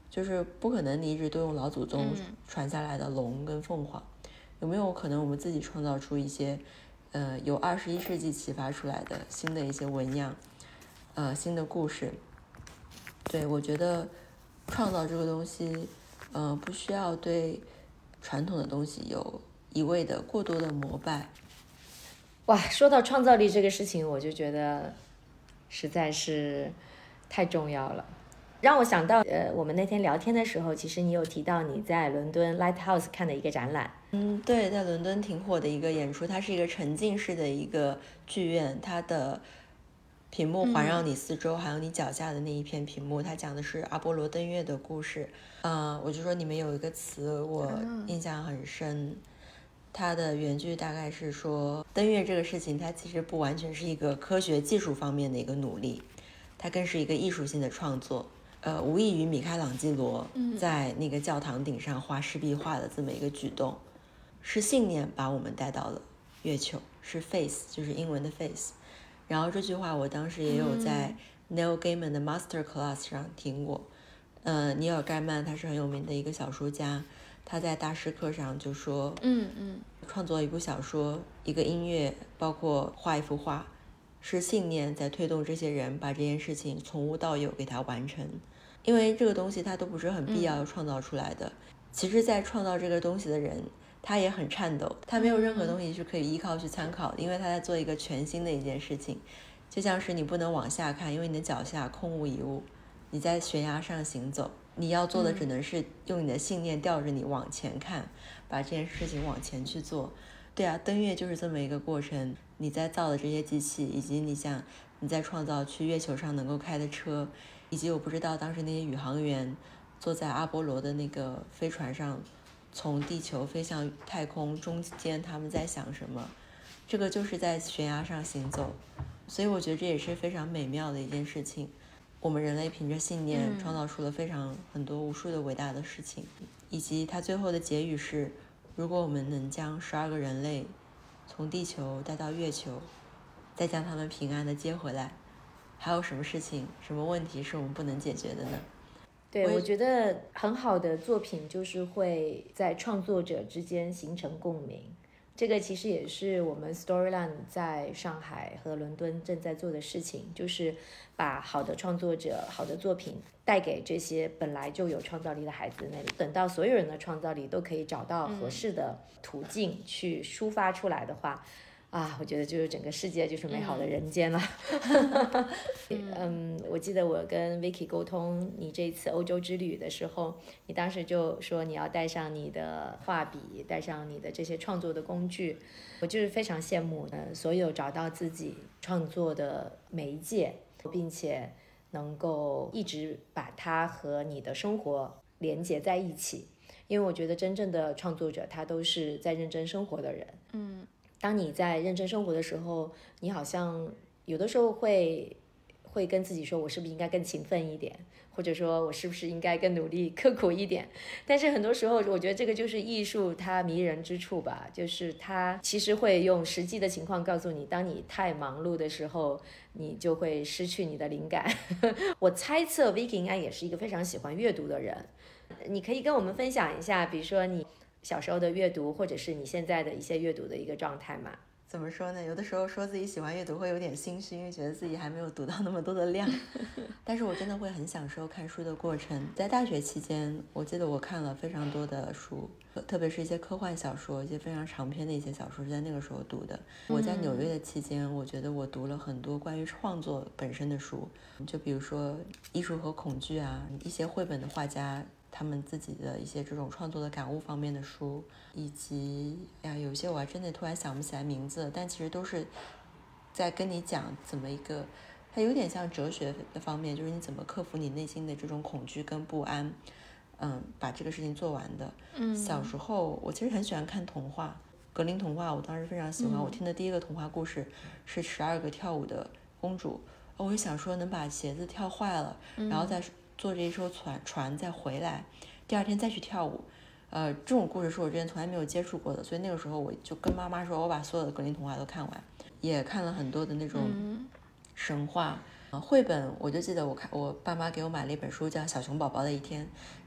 就是不可能你一直都用老祖宗传下来的龙跟凤凰，有没有可能我们自己创造出一些呃由二十一世纪启发出来的新的一些纹样，呃新的故事。对，我觉得创造这个东西呃不需要对传统的东西有一味的过多的膜拜。 哇，说到创造力这个事情，我就觉得实在是太重要了，让我想到呃我们那天聊天的时候，其实你有提到你在伦敦 Lighthouse 看的一个展览。 嗯，对，在伦敦挺火的一个演出，它是一个沉浸式的一个剧院，它的屏幕环绕你四周，嗯、还有你脚下的那一片屏幕，它讲的是阿波罗登月的故事。嗯、呃，我就说里面有一个词我印象很深，它的原句大概是说，登月这个事情它其实不完全是一个科学技术方面的一个努力，它更是一个艺术性的创作。呃，无异于米开朗基罗在那个教堂顶上画湿壁画的这么一个举动，是信念把我们带到了月球，是 faith 就是英文的 faith。然后这句话我当时也有在 Neil Gaiman 的 Master Class 上听过。呃，尼尔盖曼他是很有名的一个小说家，他在大师课上就说， 嗯嗯， 创作一部小说、一个音乐，包括画一幅画，是信念在推动这些人把这件事情从无到有给它完成。因为这个东西它都不是很必要创造出来的。嗯、其实在创造这个东西的人他也很颤抖，他没有任何东西是可以依靠去参考的，因为他在做一个全新的一件事情。就像是你不能往下看，因为你的脚下空无一物，你在悬崖上行走，你要做的只能是用你的信念吊着你往前看，把这件事情往前去做。对啊，登月就是这么一个过程，你在造的这些机器，以及你想你在创造去月球上能够开的车，以及我不知道当时那些宇航员坐在阿波罗的那个飞船上从地球飞向太空，中间他们在想什么，这个就是在悬崖上行走。所以我觉得这也是非常美妙的一件事情，我们人类凭着信念创造出了非常很多无数的伟大的事情。以及他最后的结语是，如果我们能将十二个人类从地球带到月球，再将他们平安的接回来，还有什么事情什么问题是我们不能解决的呢？ 对，我觉得很好的作品就是会在创作者之间形成共鸣，这个其实也是我们 Storyland 在上海和伦敦正在做的事情，就是把好的创作者、好的作品带给这些本来就有创造力的孩子那里，等到所有人的创造力都可以找到合适的途径去抒发出来的话，啊，我觉得就是整个世界就是美好的人间了。嗯, 嗯，我记得我跟 Vicky 沟通你这次欧洲之旅的时候，你当时就说你要带上你的画笔，带上你的这些创作的工具，我就是非常羡慕呃所有找到自己创作的媒介，并且能够一直把它和你的生活连接在一起，因为我觉得真正的创作者他都是在认真生活的人。 嗯。 当你在认真生活的时候，你好像有的时候会会跟自己说，我是不是应该更勤奋一点，或者说我是不是应该更努力刻苦一点。但是很多时候我觉得这个就是艺术它迷人之处吧，就是它其实会用实际的情况告诉你，当你太忙碌的时候你就会失去你的灵感。我猜测 Vicky 应该也是一个非常喜欢阅读的人，你可以跟我们分享一下，比如说你小时候的阅读，或者是你现在的一些阅读的一个状态嘛？ 怎么说呢，有的时候说自己喜欢阅读会有点心虚，因为觉得自己还没有读到那么多的量。但是我真的会很享受看书的过程。在大学期间，我记得我看了非常多的书，特别是一些科幻小说，一些非常长篇的一些小说是在那个时候读的。我在纽约的期间，我觉得我读了很多关于创作本身的书，就比如说艺术和恐惧啊，一些绘本的画家他们自己的一些这种创作的感悟方面的书，以及呀有些我还真的突然想不起来名字，但其实都是在跟你讲怎么一个，它有点像哲学的方面，就是你怎么克服你内心的这种恐惧跟不安，嗯，把这个事情做完的。 嗯， 小时候我其实很喜欢看童话，格林童话我当时非常喜欢。 嗯、 我听的第一个童话故事是十二个跳舞的公主，我就想说能把鞋子跳坏了，然后再坐着一艘船船再回来，第二天再去跳舞。呃，这种故事是我之前从来没有接触过的，所以那个时候我就跟妈妈说，我把所有的格林童话都看完，也看了很多的那种神话、嗯呃、绘本。我就记得我看我爸妈给我买了一本书叫《小熊宝宝的一天》，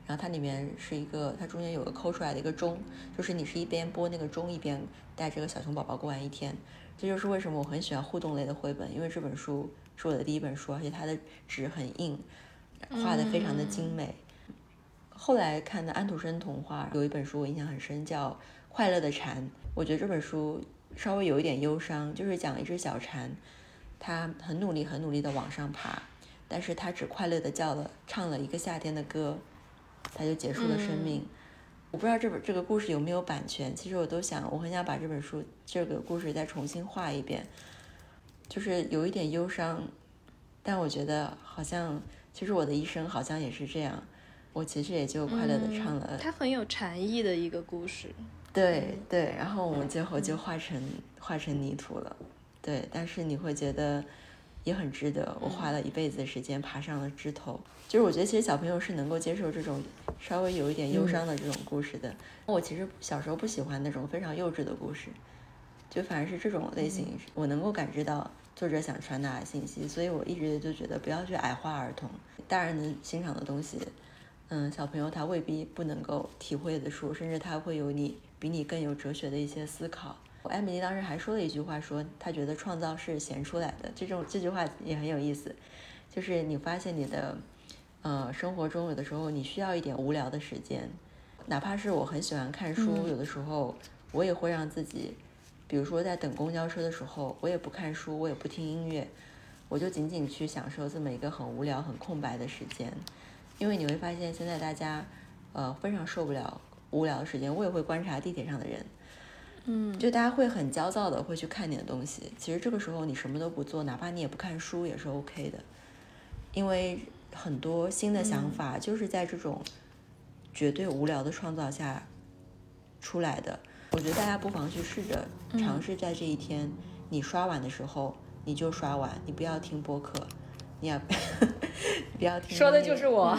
然后它里面是一个，它中间有个抠出来的一个钟，就是你是一边拨那个钟一边带这个小熊宝宝过完一天。这就是为什么我很喜欢互动类的绘本，因为这本书是我的第一本书，而且它的纸很硬，画得非常的精美。嗯、后来看的安徒生童话有一本书我印象很深，叫《快乐的蝉》。我觉得这本书稍微有一点忧伤，就是讲一只小蝉，它很努力很努力的往上爬，但是它只快乐的叫了唱了一个夏天的歌，它就结束了生命。嗯、我不知道这本这个故事有没有版权，其实我都想，我很想把这本书这个故事再重新画一遍，就是有一点忧伤，但我觉得好像其实我的一生好像也是这样，我其实也就快乐的唱了、 嗯、它很有禅意的一个故事。 对对，然后我们最后就画成、嗯、画成泥土了。对，但是你会觉得也很值得，我花了一辈子的时间爬上了枝头。就是我觉得其实小朋友是能够接受这种稍微有一点忧伤的这种故事的。嗯、我其实小时候不喜欢那种非常幼稚的故事，就反而是这种类型、嗯、我能够感知到作者想传达的信息，所以我一直就觉得不要去矮化儿童，大人能欣赏的东西，嗯，小朋友他未必不能够体会得出，甚至他会有你比你更有哲学的一些思考。艾米丽当时还说了一句话，说她觉得创造是闲出来的，这种这句话也很有意思，就是你发现你的呃生活中有的时候你需要一点无聊的时间，哪怕是我很喜欢看书、嗯、有的时候我也会让自己，比如说在等公交车的时候，我也不看书，我也不听音乐，我就仅仅去享受这么一个很无聊很空白的时间。因为你会发现现在大家呃非常受不了无聊的时间，我也会观察地铁上的人， 嗯， 就大家会很焦躁的会去看你的东西，其实这个时候你什么都不做，哪怕你也不看书也是 OK 的，因为很多新的想法就是在这种绝对无聊的创造下出来的。我觉得大家不妨去试着尝试在这一天、嗯、你刷碗的时候你就刷碗，你不要听播客，你要不要听， 说的就是我。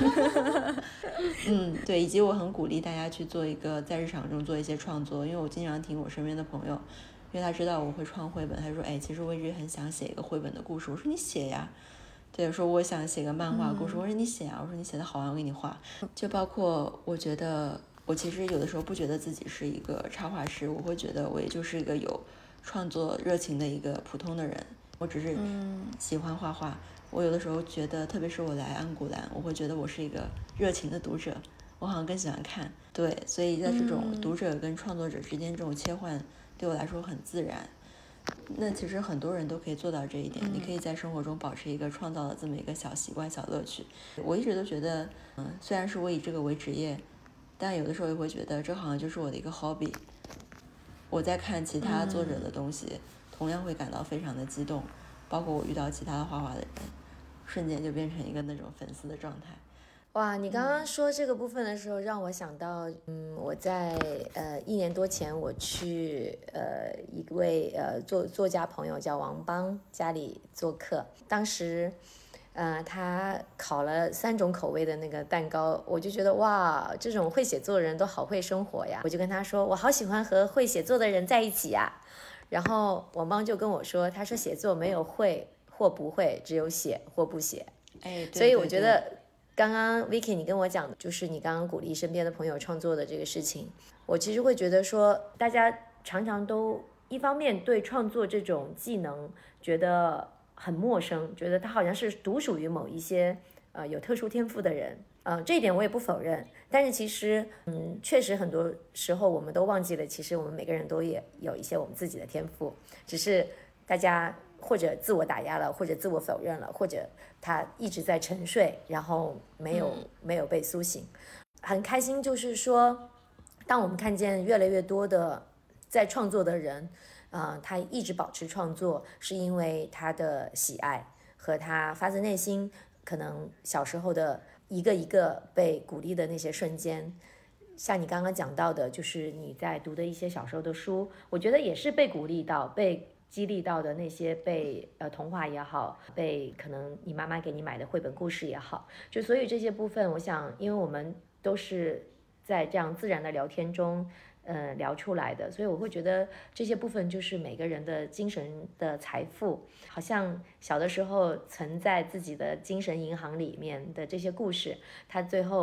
嗯，对，以及我很鼓励大家去做一个在日常中做一些创作，因为我经常听我身边的朋友，因为他知道我会创绘本，他说哎，其实我一直很想写一个绘本的故事。我说你写呀，对，说我想写个漫画故事、嗯、我说你写啊，我说你写的好玩我给你画。就包括我觉得我其实有的时候不觉得自己是一个插画师，我会觉得我也就是一个有创作热情的一个普通的人，我只是喜欢画画、嗯、我有的时候觉得，特别是我来安古兰，我会觉得我是一个热情的读者，我好像更喜欢看。对，所以在这种读者跟创作者之间这种切换对我来说很自然。那其实很多人都可以做到这一点、嗯、你可以在生活中保持一个创造的这么一个小习惯小乐趣。我一直都觉得嗯，虽然是我以这个为职业，但有的时候也会觉得这好像就是我的一个 hobby。 我在看其他作者的东西、嗯、同样会感到非常的激动，包括我遇到其他画画的人，瞬间就变成一个那种粉丝的状态。 哇，你刚刚说这个部分的时候，让我想到，嗯，我在呃一年多前，我去呃一位呃作作家朋友叫王邦家里做客，当时，呃他烤了三种口味的那个蛋糕，我就觉得哇，这种会写作的人都好会生活呀，我就跟他说，我好喜欢和会写作的人在一起呀。然后王邦就跟我说，他说写作没有会或不会，只有写或不写。 哎，对对对， 所以我觉得。刚刚 Vicky 你跟我讲就是你刚刚鼓励身边的朋友创作的这个事情，我其实会觉得说大家常常都一方面对创作这种技能觉得很陌生，觉得它好像是独属于某一些呃有特殊天赋的人，呃这一点我也不否认，但是其实嗯确实很多时候我们都忘记了，其实我们每个人都也有一些我们自己的天赋，只是大家或者自我打压了，或者自我否认了，或者他一直在沉睡，然后没有、嗯、没有被苏醒。很开心就是说当我们看见越来越多的在创作的人、呃、他一直保持创作，是因为他的喜爱和他发自内心可能小时候的一个一个被鼓励的那些瞬间，像你刚刚讲到的，就是你在读的一些小时候的书，我觉得也是被鼓励到被激励到的那些被呃童话也好，被可能你妈妈给你买的绘本故事也好，就所以这些部分我想因为我们都是在这样自然的聊天中呃聊出来的，所以我会觉得这些部分就是每个人的精神的财富，好像小的时候存在自己的精神银行里面的这些故事，它最后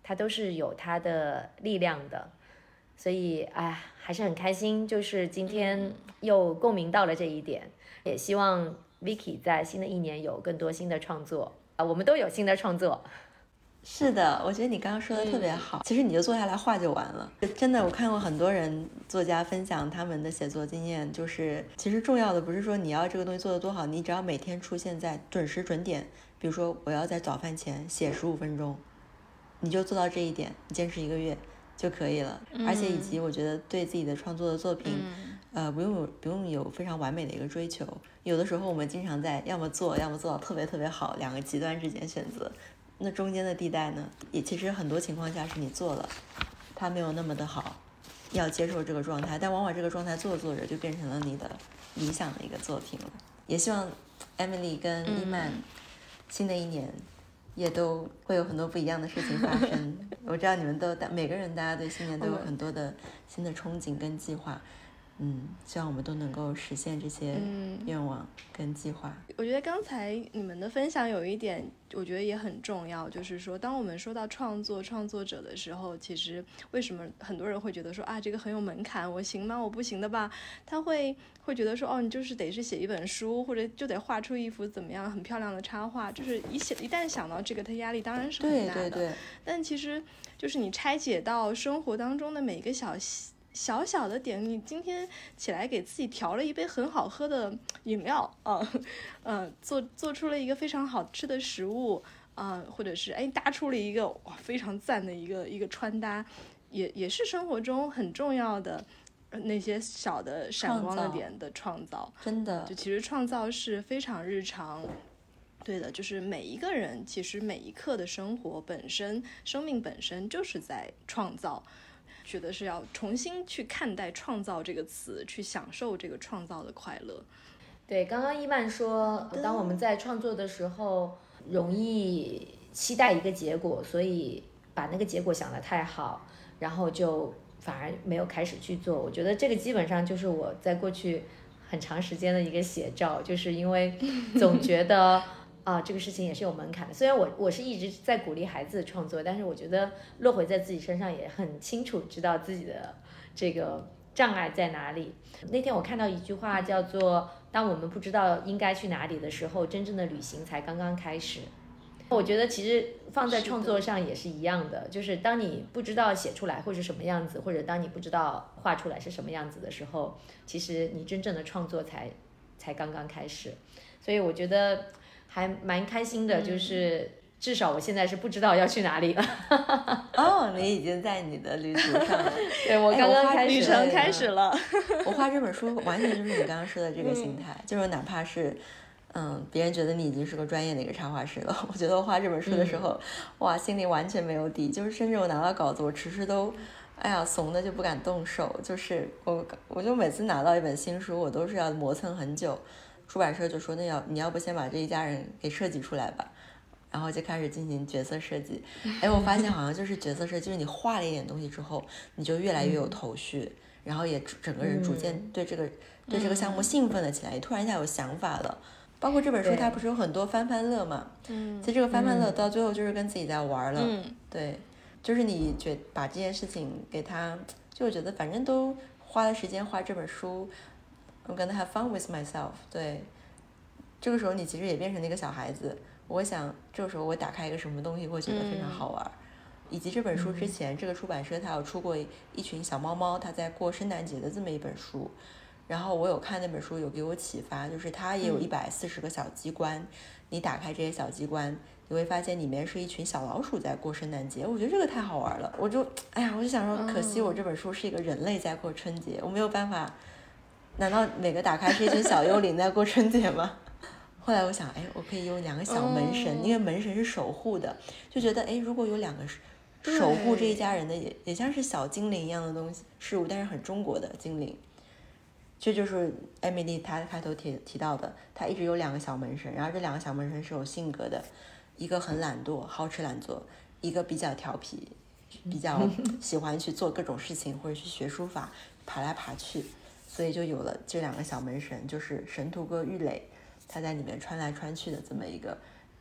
它都是有它的力量的。所以哎，还是很开心，就是今天又共鸣到了这一点，也希望 Vicky 在新的一年有更多新的创作啊，我们都有新的创作。 是的，我觉得你刚刚说的特别好、嗯、其实你就坐下来画就完了。真的，我看过很多人作家分享他们的写作经验，就是其实重要的不是说你要这个东西做得多好，你只要每天出现在准时准点，比如说我要在早饭前写十五分钟，你就做到这一点，你坚持一个月就可以了、嗯、而且以及我觉得对自己的创作的作品、嗯、呃，不用有不用有非常完美的一个追求。有的时候我们经常在要么做要么做到特别特别好两个极端之间选择，那中间的地带呢，也其实很多情况下是你做了它没有那么的好，要接受这个状态，但往往这个状态做着做着就变成了你的理想的一个作品了。也希望 Emily 跟伊曼、嗯、新的一年也都会有很多不一样的事情发生我知道你们都每个人大家对新年都有很多的新的憧憬跟计划，嗯，希望我们都能够实现这些愿望跟计划、 嗯、我觉得刚才你们的分享有一点我觉得也很重要，就是说当我们说到创作创作者的时候，其实为什么很多人会觉得说啊这个很有门槛，我行吗？我不行的吧。他会会觉得说哦你就是得是写一本书，或者就得画出一幅怎么样很漂亮的插画，就是一想一旦想到这个他压力当然是很大的。 对对对。 但其实就是你拆解到生活当中的每一个小小小的点，你今天起来给自己调了一杯很好喝的饮料啊，呃，做做出了一个非常好吃的食物啊、呃，或者是哎搭出了一个哇非常赞的一个一个穿搭，也也是生活中很重要的那些小的闪光的点的创造。 真的， 就其实创造是非常日常。对的，就是每一个人其实每一刻的生活本身，生命本身就是在创造。觉得是要重新去看待创造这个词，去享受这个创造的快乐。 对，刚刚伊曼说当我们在创作的时候容易期待一个结果，所以把那个结果想得太好，然后就反而没有开始去做。我觉得这个基本上就是我在过去很长时间的一个写照，就是因为总觉得啊，这个事情也是有门槛的。虽然我我是一直在鼓励孩子创作，但是我觉得落回在自己身上也很清楚知道自己的这个障碍在哪里。那天我看到一句话叫做当我们不知道应该去哪里的时候，真正的旅行才刚刚开始。我觉得其实放在创作上也是一样的，就是当你不知道写出来会是什么样子，或者当你不知道画出来是什么样子的时候，其实你真正的创作才才刚刚开始。所以我觉得还蛮开心的，就是至少我现在是不知道要去哪里了。 哦，你已经在你的旅途上了。 对，我刚刚开始、 哎、旅程开始了。 我画这本书完全就是你刚刚说的这个心态、嗯、就是哪怕是嗯，别人觉得你已经是个专业的一个插画师了，我觉得我画这本书的时候、嗯、哇，心里完全没有底，就是甚至我拿到稿子我迟迟都哎呀怂的就不敢动手，就是我我就每次拿到一本新书我都是要磨蹭很久，出版社就说那要你要不先把这一家人给设计出来吧，然后就开始进行角色设计。哎，我发现好像就是角色设计，就是你画了一点东西之后你就越来越有头绪、嗯、然后也整个人逐渐对这个、嗯、对这个项目兴奋了起来，也突然一下有想法了。包括这本书它不是有很多翻翻乐嘛，嗯，其实这个翻翻乐到最后就是跟自己在玩了，嗯，对，就是你觉把这件事情给他，就我觉得反正都花了时间画这本书I'm gonna have fun with myself。 对，这个时候你其实也变成了一个小孩子，我想这个时候我打开一个什么东西会觉得非常好玩、嗯、以及这本书之前、嗯、这个出版社它有出过一群小猫猫它在过圣诞节的这么一本书，然后我有看那本书有给我启发，就是它也有一百四十个小机关、嗯、你打开这些小机关你会发现里面是一群小老鼠在过圣诞节，我觉得这个太好玩了，我就哎呀我就想说可惜我这本书是一个人类在过春节、嗯、我没有办法，难道每个打开是一群小幽灵在过春节吗？后来我想哎我可以用两个小门神、嗯、因为门神是守护的，就觉得哎如果有两个守护这一家人的也也像是小精灵一样的东西事物，但是很中国的精灵，这就是艾米丽她开头提提到的，她一直有两个小门神，然后这两个小门神是有性格的，一个很懒惰好吃懒做，一个比较调皮比较喜欢去做各种事情或者去学书法爬来爬去，所以就有了这两个小门神，就是神荼阁郁垒他在里面穿来穿去的这么一个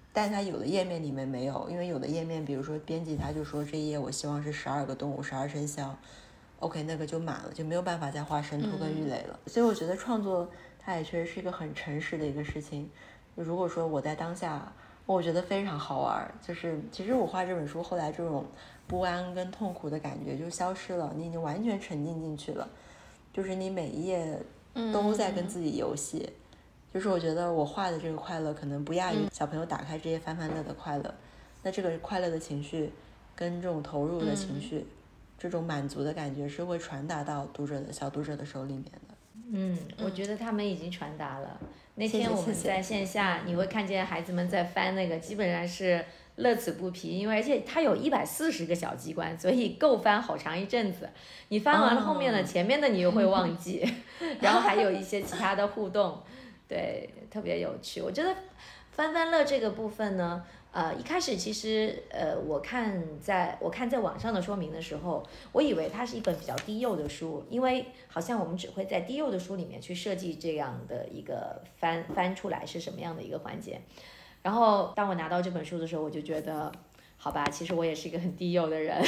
但它有的页面里面没有，因为有的页面比如说编辑他就说这一页我希望是十二个动物十二生肖， OK 那个就满了，就没有办法再画神图跟鱼雷了、嗯、所以我觉得创作它也确实是一个很诚实的一个事情。如果说我在当下我觉得非常好玩，就是其实我画这本书后来这种不安跟痛苦的感觉就消失了，你已经完全沉浸进去了，就是你每一页都在跟自己游戏、嗯、就是我觉得我画的这个快乐可能不亚于小朋友打开这些翻翻乐的快乐、嗯、那这个快乐的情绪跟这种投入的情绪、嗯、这种满足的感觉是会传达到读者的小读者的手里面的。 嗯，我觉得他们已经传达了、嗯、那天我们在线下谢谢你会看见孩子们在翻那个基本上是乐此不疲，因为而且它有一百四十个小机关，所以够翻好长一阵子，你翻完了后面的、哦、前面的你又会忘记然后还有一些其他的互动对，特别有趣。我觉得翻翻乐这个部分呢呃，一开始其实呃，我看在我看在网上的说明的时候，我以为它是一本比较低幼的书，因为好像我们只会在低幼的书里面去设计这样的一个翻翻出来是什么样的一个环节。然后当我拿到这本书的时候，我就觉得，好吧，其实我也是一个很低幼的人。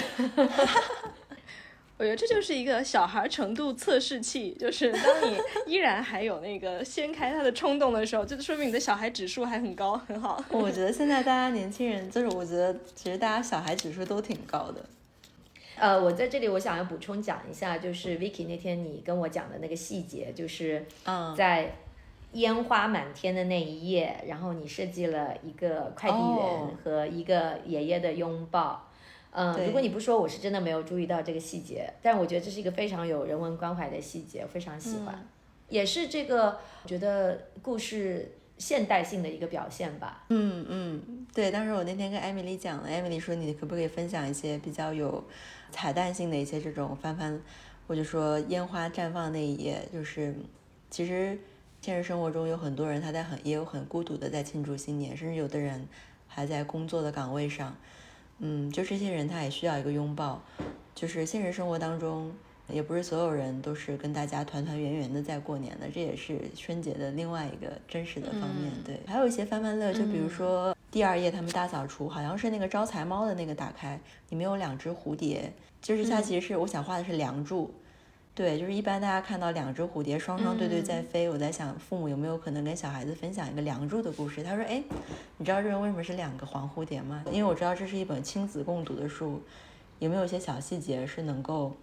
我觉得这就是一个小孩程度测试器，就是当你依然还有那个掀开他的冲动的时候，就说明你的小孩指数还很高，很好。 我觉得现在大家年轻人，就是我觉得其实大家小孩指数都挺高的。 呃，我在这里我想要补充讲一下，就是 Vicky 那天你跟我讲的那个细节，就是在烟花满天的那一夜，然后你设计了一个快递员和一个爷爷的拥抱。嗯，如果你不说，我是真的没有注意到这个细节，但我觉得这是一个非常有人文关怀的细节，我非常喜欢、嗯、也是这个我觉得故事现代性的一个表现吧。 嗯嗯，对，当时我那天跟艾米丽讲了，艾米丽说你可不可以分享一些比较有彩蛋性的一些这种翻翻，我就说烟花绽放那一页，就是其实现实生活中有很多人他在很也有很孤独的在庆祝新年，甚至有的人还在工作的岗位上，嗯，就这些人他也需要一个拥抱，就是现实生活当中也不是所有人都是跟大家团团圆圆的在过年的，这也是春节的另外一个真实的方面、嗯、对。还有一些翻翻乐，就比如说第二页他们大扫除、嗯、好像是那个招财猫的那个打开，里面有两只蝴蝶，就是它其实是、嗯、我想画的是梁祝，对，就是一般大家看到两只蝴蝶双双对对在飞、嗯、我在想父母有没有可能跟小孩子分享一个梁祝的故事。他说哎，你知道这为什么是两个黄蝴蝶吗？因为我知道这是一本亲子共读的书，有没有一些小细节是能够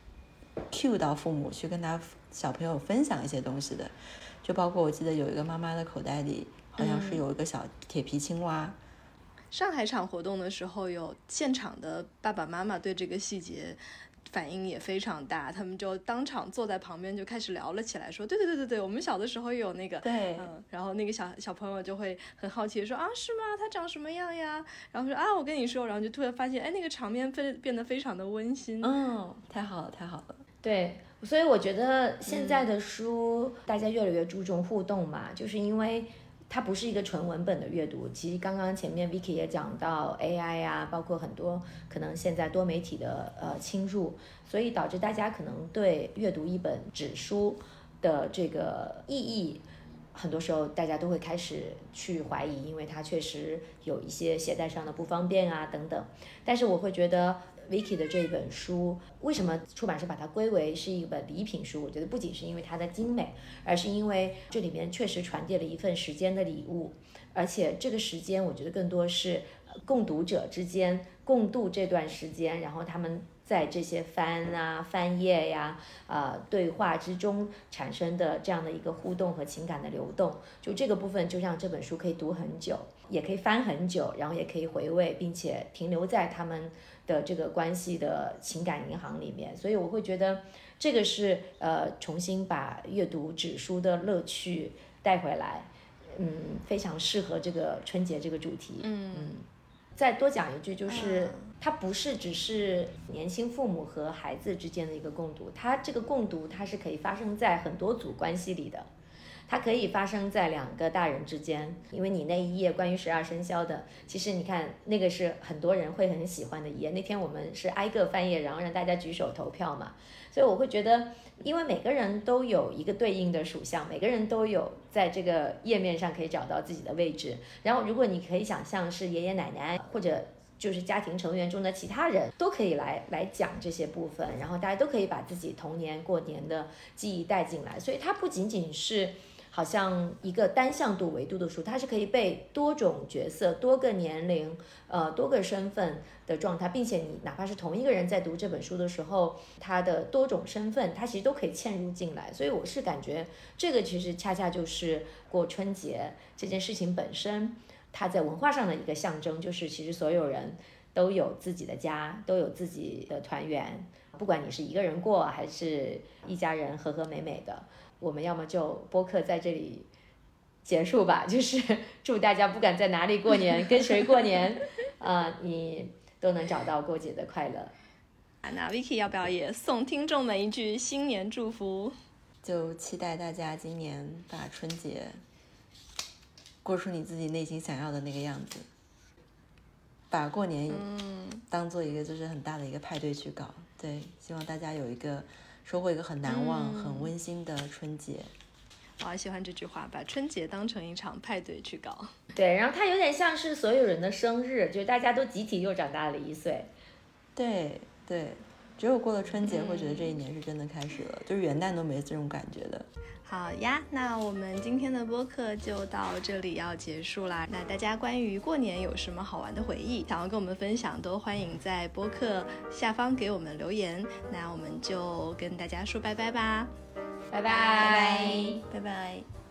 cue 到父母去跟他小朋友分享一些东西的，就包括我记得有一个妈妈的口袋里好像是有一个小铁皮青蛙、嗯、 上海场活动的时候有现场的爸爸妈妈对这个细节反应也非常大，他们就当场坐在旁边就开始聊了起来，说对对对对对，我们小的时候也有那个， 对， 嗯，然后那个小小朋友就会很好奇的说啊是吗？他长什么样呀？然后说啊我跟你说，然后就突然发现哎那个场面变变得非常的温馨。 嗯，太好了太好了。 对，所以我觉得现在的书、嗯、大家越来越注重互动嘛，就是因为它不是一个纯文本的阅读，其实刚刚前面 Vicky 也讲到 A I 啊，包括很多可能现在多媒体的呃侵入，所以导致大家可能对阅读一本纸书的这个意义，很多时候大家都会开始去怀疑，因为它确实有一些携带上的不方便啊等等。但是我会觉得Vicky 的这本书为什么出版社把它归为是一本礼品书，我觉得不仅是因为它的精美，而是因为这里面确实传递了一份时间的礼物，而且这个时间我觉得更多是共读者之间共度这段时间，然后他们在这些翻啊翻页呀呃对话之中产生的这样的一个互动和情感的流动，就这个部分就让这本书可以读很久，也可以翻很久，然后也可以回味，并且停留在他们的这个关系的情感银行里面。所以我会觉得这个是呃重新把阅读纸书的乐趣带回来，嗯，非常适合这个春节这个主题。 嗯嗯，再多讲一句，就是它不是只是年轻父母和孩子之间的一个共读，它这个共读它是可以发生在很多组关系里的，它可以发生在两个大人之间，因为你那一页关于十二生肖的，其实你看那个是很多人会很喜欢的一页，那天我们是挨个翻页，然后让大家举手投票嘛， 所以我会觉得，因为每个人都有一个对应的属相，每个人都有在这个页面上可以找到自己的位置。然后如果你可以想象是爷爷奶奶或者就是家庭成员中的其他人都可以来来讲这些部分，然后大家都可以把自己童年过年的记忆带进来，所以它不仅仅是好像一个单向度维度的书，它是可以被多种角色、多个年龄、呃多个身份的状态，并且你哪怕是同一个人在读这本书的时候，他的多种身份，他其实都可以嵌入进来。所以我是感觉这个其实恰恰就是过春节这件事情本身，它在文化上的一个象征，就是其实所有人都有自己的家，都有自己的团圆，不管你是一个人过还是一家人和和美美的。我们要么就播客在这里结束吧，就是祝大家不管在哪里过年，跟谁过年，呃，你都能找到过节的快乐。 那 Vicky 要不要也送听众们一句新年祝福？ 就期待大家今年把春节过出你自己内心想要的那个样子，把过年当做一个就是很大的一个派对去搞。对，希望大家有一个收获一个很难忘、嗯、很温馨的春节。 我好喜欢这句话，把春节当成一场派对去搞。 对，然后它有点像是所有人的生日，就是大家都集体又长大了一岁。 对对，只有过了春节会觉得这一年是真的开始了，嗯、就是元旦都没这种感觉的。 好呀，那我们今天的播客就到这里要结束啦。那大家关于过年有什么好玩的回忆，想要跟我们分享，都欢迎在播客下方给我们留言。那我们就跟大家说拜拜吧， 拜拜， 拜拜。